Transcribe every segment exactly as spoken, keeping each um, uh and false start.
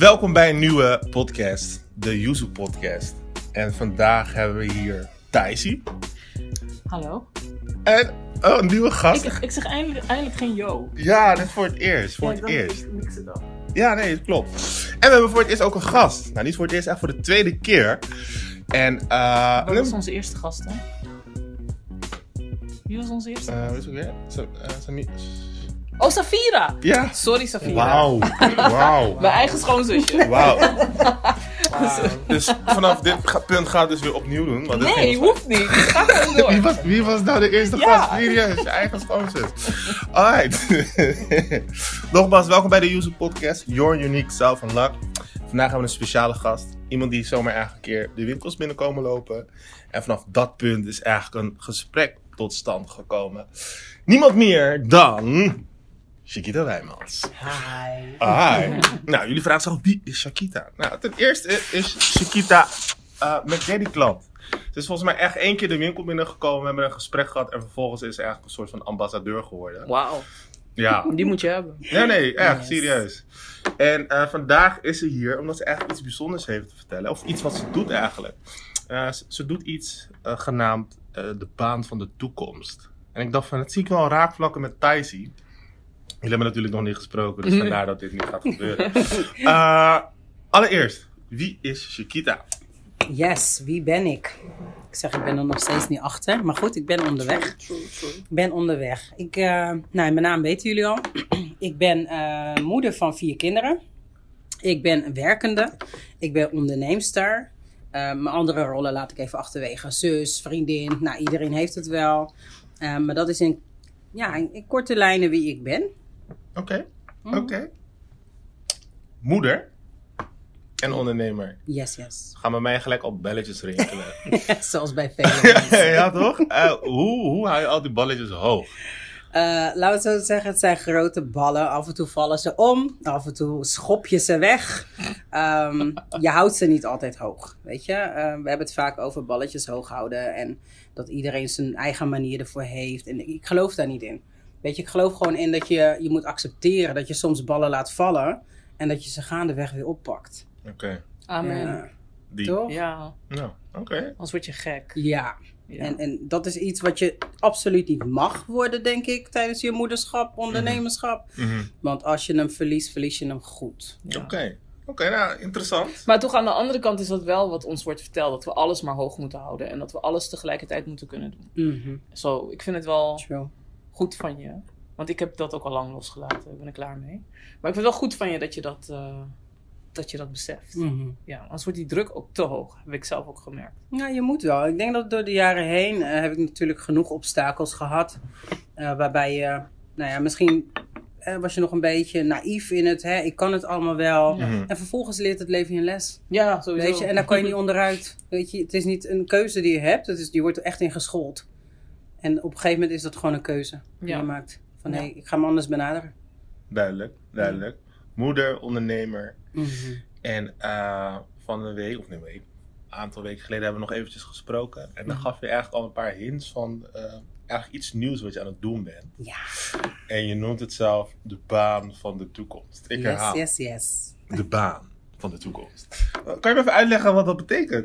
Welkom bij een nieuwe podcast, de Yuzu Podcast. En vandaag hebben we hier Thijsie. Hallo. En oh, een nieuwe gast. Ik, ik zeg eindelijk, eindelijk geen yo. Ja, dit is voor het eerst. Voor ja, het eerst. Ik mix het dan. Ja, nee, dat klopt. En we hebben voor het eerst ook een gast. Nou, niet voor het eerst, echt voor de tweede keer. En, uh, Wat was onze eerste gast, hè? Wie was onze eerste? Uh, wat is het weer? Sa- uh, Sami- Oh, Safira! Ja. Sorry, Safira. Wauw. Wauw. Mijn eigen schoonzusje. Wauw. Uh, dus vanaf dit ga- punt gaat het dus weer opnieuw doen. Want dit Nee, ging- hoeft niet. Ga gewoon door. Wie was, wie was nou de eerste Ja. gast? Serieus, je eigen schoonzus. Alright. Nogmaals, welkom bij de Yuzu Podcast. Your Unique Self Unlock. Vandaag hebben we een speciale gast. Iemand die zomaar eigenlijk een keer de winkels binnenkomen lopen. En vanaf dat punt is eigenlijk een gesprek tot stand gekomen. Niemand meer dan Chiquita Wijmans. Hi. Hi. Nou, jullie vragen zich af, wie is Chiquita? Nou, ten eerste is Chiquita uh, McDaddy klant. Ze is volgens mij echt één keer de winkel binnengekomen. We hebben een gesprek gehad en vervolgens is ze eigenlijk een soort van ambassadeur geworden. Wauw. Ja. Die moet je hebben. Nee, nee, echt, Yes. serieus. En uh, vandaag is ze hier omdat ze eigenlijk iets bijzonders heeft te vertellen. Of iets wat ze doet eigenlijk. Uh, ze, ze doet iets uh, genaamd uh, de baan van de toekomst. En ik dacht van, dat zie ik wel raakvlakken met Thijsie. Jullie hebben natuurlijk nog niet gesproken, dus vandaar dat dit niet gaat gebeuren. Uh, allereerst, wie is Chiquita? Yes, wie ben ik? Ik zeg, ik ben er nog steeds niet achter. Maar goed, ik ben onderweg. Ik ben onderweg. Ik, uh, nou, mijn naam weten jullie al. Ik ben uh, moeder van vier kinderen. Ik ben werkende. Ik ben onderneemster. Uh, mijn andere rollen laat ik even achterwege. Zus, vriendin. Nou, iedereen heeft het wel. Uh, maar dat is in, ja, in, in korte lijnen wie ik ben. Oké, okay, oké. Mm. Okay. Moeder en ondernemer. Yes, yes. Gaan bij mij gelijk op belletjes rinkelen. Zoals bij vele mensen. Ja, toch? Uh, hoe, hoe hou je al die balletjes hoog? Uh, laten we het zo zeggen, het zijn grote ballen. Af en toe vallen ze om. Af en toe schop je ze weg. Um, je houdt ze niet altijd hoog. Weet je? Uh, we hebben het vaak over balletjes hoog houden. En dat iedereen zijn eigen manier ervoor heeft. En ik geloof daar niet in. Weet je, ik geloof gewoon in dat je, je moet accepteren dat je soms ballen laat vallen. En dat je ze gaandeweg weer oppakt. Oké. Okay. Amen. Ja, Die. toch? Ja. Nou, oké. Okay. Anders word je gek. Ja. Ja. En, en dat is iets wat je absoluut niet mag worden, denk ik, tijdens je moederschap, ondernemerschap. Mm-hmm. Want als je hem verliest, verlies je hem goed. Ja. Oké, okay. Oké, okay, nou, interessant. Maar toch aan de andere kant is dat wel wat ons wordt verteld. Dat we alles maar hoog moeten houden. En dat we alles tegelijkertijd moeten kunnen doen. Mm-hmm. Zo, ik vind het wel True. goed van je. Want ik heb dat ook al lang losgelaten. Daar ben ik klaar mee. Maar ik vind het wel goed van je dat je dat, uh, dat, je dat beseft. Mm-hmm. Ja, anders wordt die druk ook te hoog. Heb ik zelf ook gemerkt. Ja, je moet wel. Ik denk dat door de jaren heen uh, heb ik natuurlijk genoeg obstakels gehad. Uh, waarbij je, nou ja, misschien uh, was je nog een beetje naïef in het, hè, ik kan het allemaal wel. Mm-hmm. En vervolgens leert het leven je een les. Ja, sowieso. Weet je, en daar kan je niet onderuit. Weet je, het is niet een keuze die je hebt. Het is, je wordt er echt in geschoold. En op een gegeven moment is dat gewoon een keuze die Ja. je maakt. Van, Ja. hé, hey, ik ga me anders benaderen. Duidelijk, duidelijk. Moeder, ondernemer. Mm-hmm. En uh, van een week, of nee, een week, een aantal weken geleden hebben we nog eventjes gesproken. En dan gaf je eigenlijk al een paar hints van uh, eigenlijk iets nieuws wat je aan het doen bent. Ja. En je noemt het zelf de baan van de toekomst. Ik Yes, herhaal. yes, yes. De baan van de toekomst. Uh, kan je me even uitleggen wat dat betekent?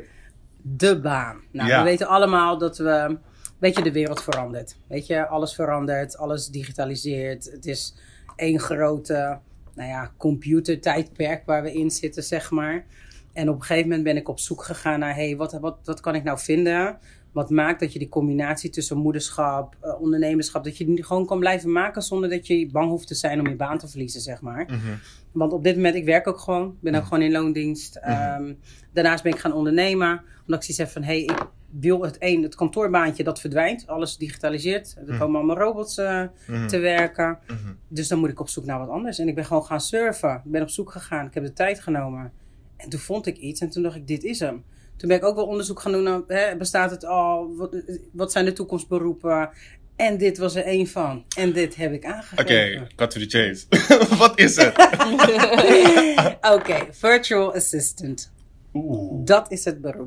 De baan. Nou, Ja. we weten allemaal dat we... Weet je, de wereld verandert. Weet je, alles verandert. Alles digitaliseert. Het is één grote, nou ja, computertijdperk waar we in zitten, zeg maar. En op een gegeven moment ben ik op zoek gegaan naar... Hé, hey, wat, wat, wat kan ik nou vinden? Wat maakt dat je die combinatie tussen moederschap, uh, ondernemerschap... dat je die gewoon kan blijven maken zonder dat je bang hoeft te zijn om je baan te verliezen, zeg maar. Mm-hmm. Want op dit moment, ik werk ook gewoon. Ik ben ook gewoon in loondienst. Mm-hmm. Um, daarnaast ben ik gaan ondernemen. Omdat ik zoiets heb van, hé, hey, ik wil het een, het kantoorbaantje, dat verdwijnt. Alles digitaliseert. Er Mm-hmm. komen allemaal robots uh, Mm-hmm. te werken. Mm-hmm. Dus dan moet ik op zoek naar wat anders. En ik ben gewoon gaan surfen. Ik ben op zoek gegaan. Ik heb de tijd genomen. En toen vond ik iets. En toen dacht ik, dit is hem. Toen ben ik ook wel onderzoek gaan doen naar, hè, bestaat het al? Wat, wat zijn de toekomstberoepen? En dit was er één van. En dit heb ik aangegeven. Oké, okay, cut to the chase. Wat is het? Oké, okay, virtual assistant. Oeh. Dat is het beroep.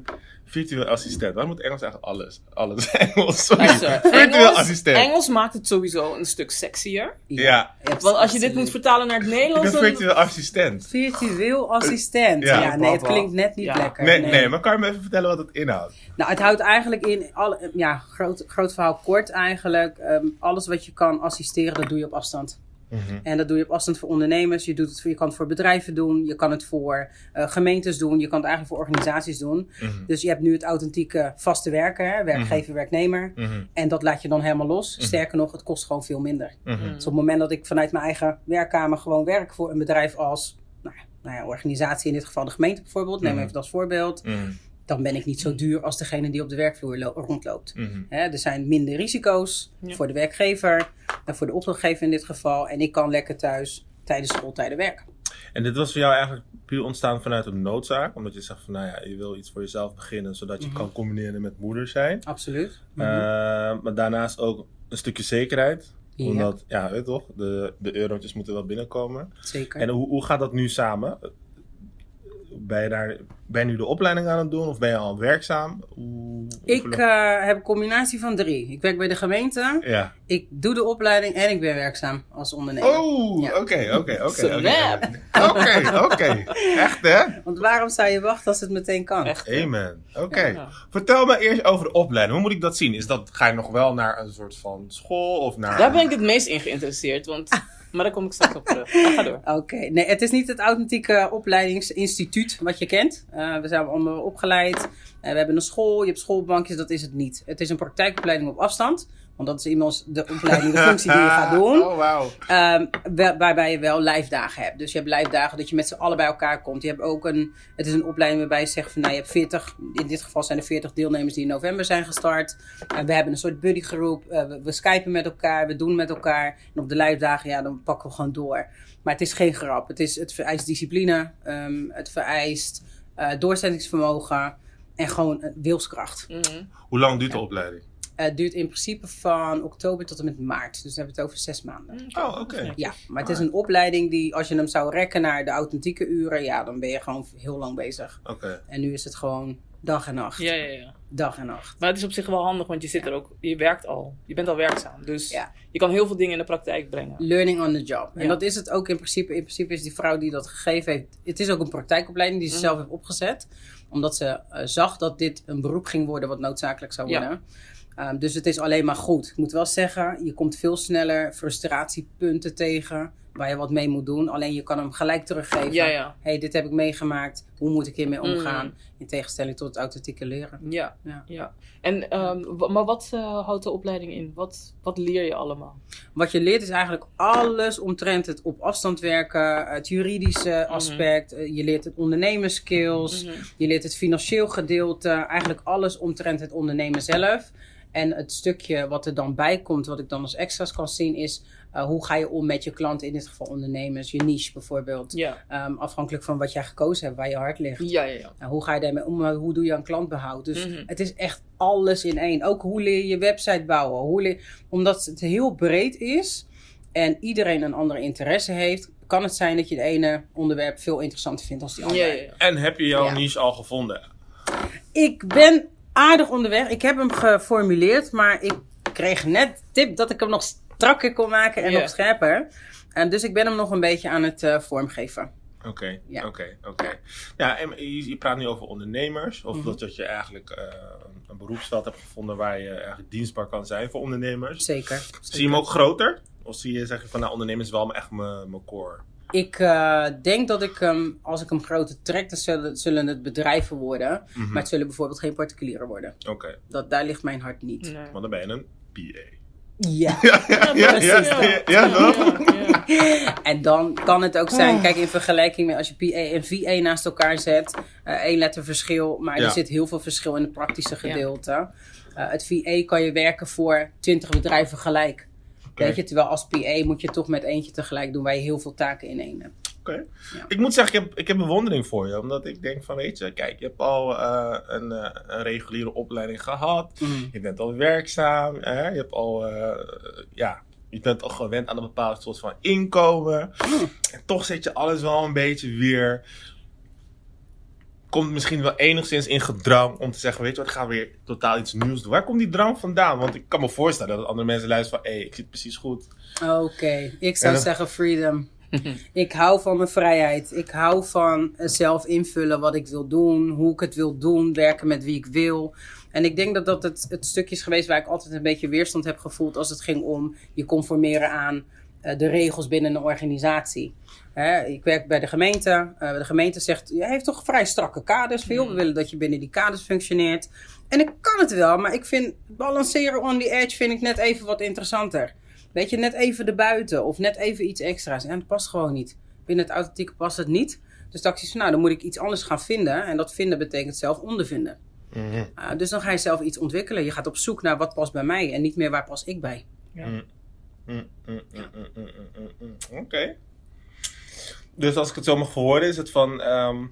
Virtueel assistent. Waar moet Engels eigenlijk alles? Alles Engels. Sorry. Luister, Virtueel Engels, assistent. Engels maakt het sowieso een stuk sexier. Ja. Want als je dit moet vertalen naar het Ik Nederlands... ben dan- virtueel assistent. Virtueel assistent. Ja. Ja, nee, het Papa. klinkt net niet Ja. lekker. Nee, nee, maar kan je me even vertellen wat het inhoudt? Nou, het houdt eigenlijk in, alle, ja, groot, groot verhaal kort eigenlijk. Ehm, alles wat je kan assisteren, dat doe je op afstand. Mhm. En dat doe je op afstand voor ondernemers. Je, doet het voor, je kan het voor bedrijven doen. Je kan het voor uh, gemeentes doen. Je kan het eigenlijk voor organisaties doen. Mhm. Dus je hebt nu het authentieke vaste werken. Hè, werkgever, werknemer. Mhm. En dat laat je dan helemaal los. Mhm. Sterker nog, het kost gewoon veel minder. Mhm. Dus op het moment dat ik vanuit mijn eigen werkkamer gewoon werk voor een bedrijf als... Nou, ja, nou ja, organisatie, in dit geval de gemeente bijvoorbeeld. Neem Mhm. even dat als voorbeeld. Mhm. Dan ben ik niet zo duur als degene die op de werkvloer lo- rondloopt. Mhm. Hè, er zijn minder risico's Ja. voor de werkgever en voor de opdrachtgever in dit geval. En ik kan lekker thuis tijdens schooltijden werken. En dit was voor jou eigenlijk puur ontstaan vanuit een noodzaak? Omdat je zegt van, nou ja, je wil iets voor jezelf beginnen, zodat je Mhm. kan combineren met moeder zijn. Absoluut. Uh, maar daarnaast ook een stukje zekerheid. Ja. Omdat, ja, weet je toch, de, de eurotjes moeten wel binnenkomen. Zeker. En hoe, hoe gaat dat nu samen? Ben je, daar, ben je nu de opleiding aan het doen of ben je al werkzaam? Hoe, hoe Ik verloopt- uh, heb een combinatie van drie. Ik werk bij de gemeente, Ja. ik doe de opleiding en ik ben werkzaam als ondernemer. Oh, Ja. oké, oké, oké. Snap. Oké, oké. Echt, hè? Want waarom zou je wachten als het meteen kan? Echt. Amen. Oké. Ja. Vertel me eerst over de opleiding. Hoe moet ik dat zien? Is dat, ga je nog wel naar een soort van school of naar... Daar ben ik het meest in geïnteresseerd. Want... Maar daar kom ik straks op terug. Maar ga door. Oké, nee, het is niet het authentieke opleidingsinstituut wat je kent. Uh, we zijn allemaal opgeleid. Uh, we hebben een school, je hebt schoolbankjes, dat is het niet. Het is een praktijkopleiding op afstand. Want dat is immers de opleiding, de functie die je gaat doen. Oh, wauw. Um, waarbij je wel lijfdagen hebt. Dus je hebt lijfdagen dat je met z'n allen bij elkaar komt. Je hebt ook een, het is een opleiding waarbij je zegt van nou je hebt veertig, in dit geval zijn er veertig deelnemers die in november zijn gestart. Uh, we hebben een soort buddygroep, uh, we, we skypen met elkaar, we doen met elkaar. En op de lijfdagen, ja, dan pakken we gewoon door. Maar het is geen grap. Het, is, het vereist discipline, um, het vereist uh, doorzettingsvermogen en gewoon uh, wilskracht. Mhm. Hoe lang duurt de opleiding? Uh, het duurt in principe van oktober tot en met maart. Dus dan hebben we het over zes maanden. Oh, oké. Ja, maar het is een opleiding die, als je hem zou rekken naar de authentieke uren, ja, dan ben je gewoon heel lang bezig. Oké. En nu is het gewoon dag en nacht. Ja, ja, ja. Dag en nacht. Maar het is op zich wel handig, want je zit er ook, je werkt al. Je bent al werkzaam. Dus Ja. je kan heel veel dingen in de praktijk brengen. Learning on the job. En Ja. dat is het ook in principe. In principe is die vrouw die dat gegeven heeft, het is ook een praktijkopleiding die ze Mhm. zelf heeft opgezet. Omdat ze uh, zag dat dit een beroep ging worden wat noodzakelijk zou Ja. worden. Um, dus het is alleen maar goed. Ik moet wel zeggen, je komt veel sneller frustratiepunten tegen waar je wat mee moet doen. Alleen je kan hem gelijk teruggeven. Ja, ja. Hey, dit heb ik meegemaakt. Hoe moet ik hiermee omgaan? Mm. In tegenstelling tot het authentieke leren. Ja, Ja. ja. En, ehm, w- maar wat uh, houdt de opleiding in? Wat, wat leer je allemaal? Wat je leert is eigenlijk alles omtrent het op afstand werken. Het juridische aspect. Mm-hmm. Je leert het ondernemerskills. Mhm. Je leert het financieel gedeelte. Eigenlijk alles omtrent het ondernemen zelf. En het stukje wat er dan bij komt, wat ik dan als extra's kan zien, is uh, hoe ga je om met je klanten, in dit geval ondernemers, je niche bijvoorbeeld. Ja. Um, afhankelijk van wat jij gekozen hebt, waar je hart ligt. Ja, ja, ja. Uh, hoe ga je daarmee om? Hoe doe je aan klantbehoud? Dus Mhm. het is echt alles in één. Ook hoe leer je je website bouwen? Hoe leer, omdat het heel breed is en iedereen een andere interesse heeft, kan het zijn dat je het ene onderwerp veel interessanter vindt dan die andere. Ja, ja, ja. En heb je jouw Ja. niche al gevonden? Ik ben aardig onderweg. Ik heb hem geformuleerd, maar ik kreeg net tip dat ik hem nog strakker kon maken en Ja. nog scherper. En dus ik ben hem nog een beetje aan het uh, vormgeven. Oké, Ja. oké, oké. Ja, en je, je praat nu over ondernemers. Of Mhm. dat, dat je eigenlijk uh, een beroepsveld hebt gevonden waar je eigenlijk dienstbaar kan zijn voor ondernemers. Zeker. Zie je zeker. hem ook groter? Of zie je, zeg je van, nou, ondernemers is wel echt mijn mijn core? Ik uh, denk dat ik hem, als ik hem groter trek, dan zullen, zullen het bedrijven worden. Mhm. Maar het zullen bijvoorbeeld geen particulieren worden. Oké, Dat, daar ligt mijn hart niet. Nee. want dan ben je een P A. Ja. Ja, ja, ja, precies. ja, ja, ja, toch? ja, ja. En dan kan het ook zijn, kijk in vergelijking met als je P A en V A naast elkaar zet. Uh, één letter verschil, maar Ja. er zit heel veel verschil in het praktische gedeelte. Uh, het V A kan je werken voor twintig bedrijven gelijk. Oké. Weet je, terwijl als P A moet je toch met eentje tegelijk doen waar je heel veel taken in één hebt. Oké. Ja. Ik moet zeggen, ik heb, ik heb bewondering voor je. Omdat ik denk van, weet je, kijk, je hebt al uh, een, uh, een reguliere opleiding gehad. Mm. Je bent al werkzaam. Hè? Je hebt al, uh, ja, je bent al gewend aan een bepaald soort van inkomen. En toch zet je alles wel een beetje weer komt misschien wel enigszins in gedrang om te zeggen, weet je wat, ik ga weer totaal iets nieuws doen. Waar komt die drang vandaan? Want ik kan me voorstellen dat andere mensen luisteren van, hé, hey, ik zit precies goed. Oké, okay. ik zou dan... zeggen freedom. Ik hou van mijn vrijheid. Ik hou van zelf invullen wat ik wil doen, hoe ik het wil doen, werken met wie ik wil. En ik denk dat dat het, het stukje is geweest waar ik altijd een beetje weerstand heb gevoeld als het ging om je conformeren aan uh, de regels binnen een organisatie. Hè, ik werk bij de gemeente. Uh, de gemeente zegt, je heeft toch vrij strakke kaders. Veel. We willen dat je binnen die kaders functioneert. En ik kan het wel, maar ik vind balanceren on the edge vind ik net even wat interessanter. Weet je, net even erbuiten of net even iets extra's. En dat past gewoon niet. Binnen het authentieke past het niet. Dus dacht ik, nou, dan moet ik iets anders gaan vinden. En dat vinden betekent zelf ondervinden. Mm-hmm. Uh, dus dan ga je zelf iets ontwikkelen. Je gaat op zoek naar wat past bij mij en niet meer waar pas ik bij. Ja. Mm, mm, mm, mm, mm, mm, mm, mm. Oké. Okay. Dus als ik het zo mag verwoorden, is het van... Um,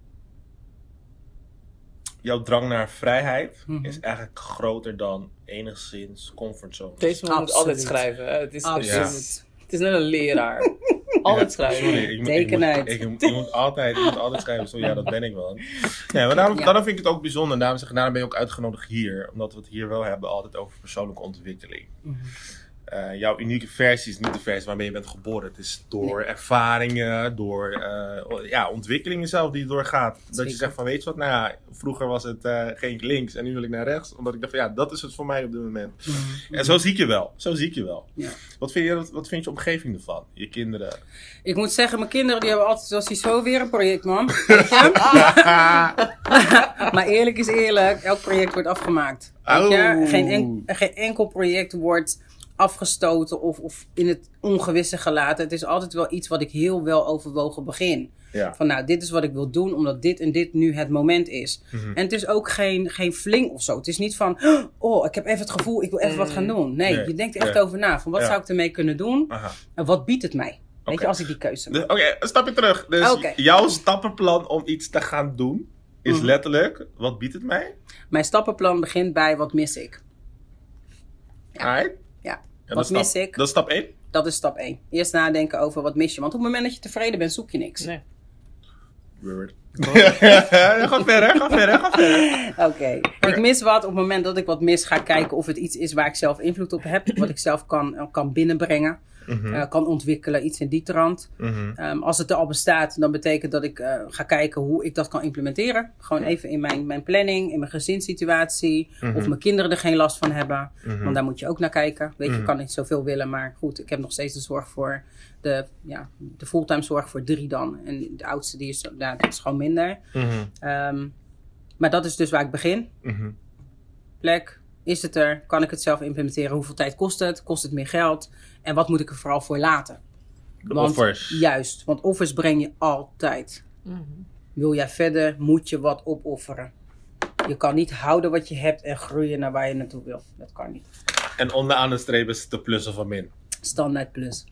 jouw drang naar vrijheid mm-hmm. is eigenlijk groter dan enigszins comfortzone. Deze man moet altijd schrijven. Hè? Het, is, het, is, het is net een leraar. Altijd ja, schrijven. Sorry, ik, Teken uit. Ik, ik, ik, ik, moet altijd, ik moet altijd schrijven. Zo, ja, dat ben ik wel. Ja, maar daarom, ja. daarom vind ik het ook bijzonder. Daarom, zeg, daarom ben je ook uitgenodigd hier. Omdat we het hier wel hebben altijd over persoonlijke ontwikkeling. Mm-hmm. Uh, jouw unieke versie is niet de versie waarmee je bent geboren. Het is door nee. ervaringen, door uh, ja, ontwikkelingen zelf die je doorgaat. Dat Zeker. Je zegt van, weet je wat, nou ja, vroeger was het uh, geen links en nu wil ik naar rechts. Omdat ik dacht van, ja, dat is het voor mij op dit moment. Mm-hmm. En zo zie ik je wel. Zo zie ik je wel. Ja. Wat vind je, wat, wat vind je omgeving ervan? Je kinderen? Ik moet zeggen, mijn kinderen die hebben altijd zoals zo weer een project, man. Maar eerlijk is eerlijk, elk project wordt afgemaakt. Weet je? Geen, en, geen enkel project wordt... afgestoten of, of in het ongewisse gelaten. Het is altijd wel iets wat ik heel wel overwogen begin. Ja. Van nou, dit is wat ik wil doen, omdat dit en dit nu het moment is. Mm-hmm. En het is ook geen, geen fling of zo. Het is niet van, oh, ik heb even het gevoel, ik wil even mm. wat gaan doen. Nee, nee. je denkt echt ja. over na. Van wat ja. zou ik ermee kunnen doen? Aha. En wat biedt het mij? Weet okay. je, als ik die keuze maak. Oké, okay, een stapje terug. Dus okay. jouw stappenplan om iets te gaan doen is mm-hmm. letterlijk, wat biedt het mij? Mijn stappenplan begint bij, wat mis ik? Ja. Ja. Ja, wat dat mis stap, ik? Dat is stap één? Dat is stap één. Eerst nadenken over wat mis je. Want op het moment dat je tevreden bent, zoek je niks. Nee. Word. ga verder, ga verder, ga verder. Oké. Okay. Ik mis wat. Op het moment dat ik wat mis, ga ik kijken of het iets is waar ik zelf invloed op heb. Wat ik zelf kan, kan binnenbrengen. Mm-hmm. Uh, kan ontwikkelen, iets in die trant. Mm-hmm. Um, als het er al bestaat, dan betekent dat ik uh, ga kijken hoe ik dat kan implementeren. Gewoon even in mijn, mijn planning, in mijn gezinssituatie. Mm-hmm. Of mijn kinderen er geen last van hebben. Mm-hmm. Want daar moet je ook naar kijken. Weet je, mm-hmm. ik kan niet zoveel willen, maar goed, ik heb nog steeds de zorg voor de, ja, de fulltime zorg voor drie dan. En de oudste, die is, ja, dat is gewoon minder. Mm-hmm. Um, maar dat is dus waar ik begin. Mm-hmm. Plek. Is het er? Kan ik het zelf implementeren? Hoeveel tijd kost het? Kost het meer geld? En wat moet ik er vooral voor laten? De want, offers. Juist, want offers breng je altijd. Mm-hmm. Wil jij verder, moet je wat opofferen. Je kan niet houden wat je hebt en groeien naar waar je naartoe wil. Dat kan niet. En onderaan de streep is het de plus of een min? Standaard plus.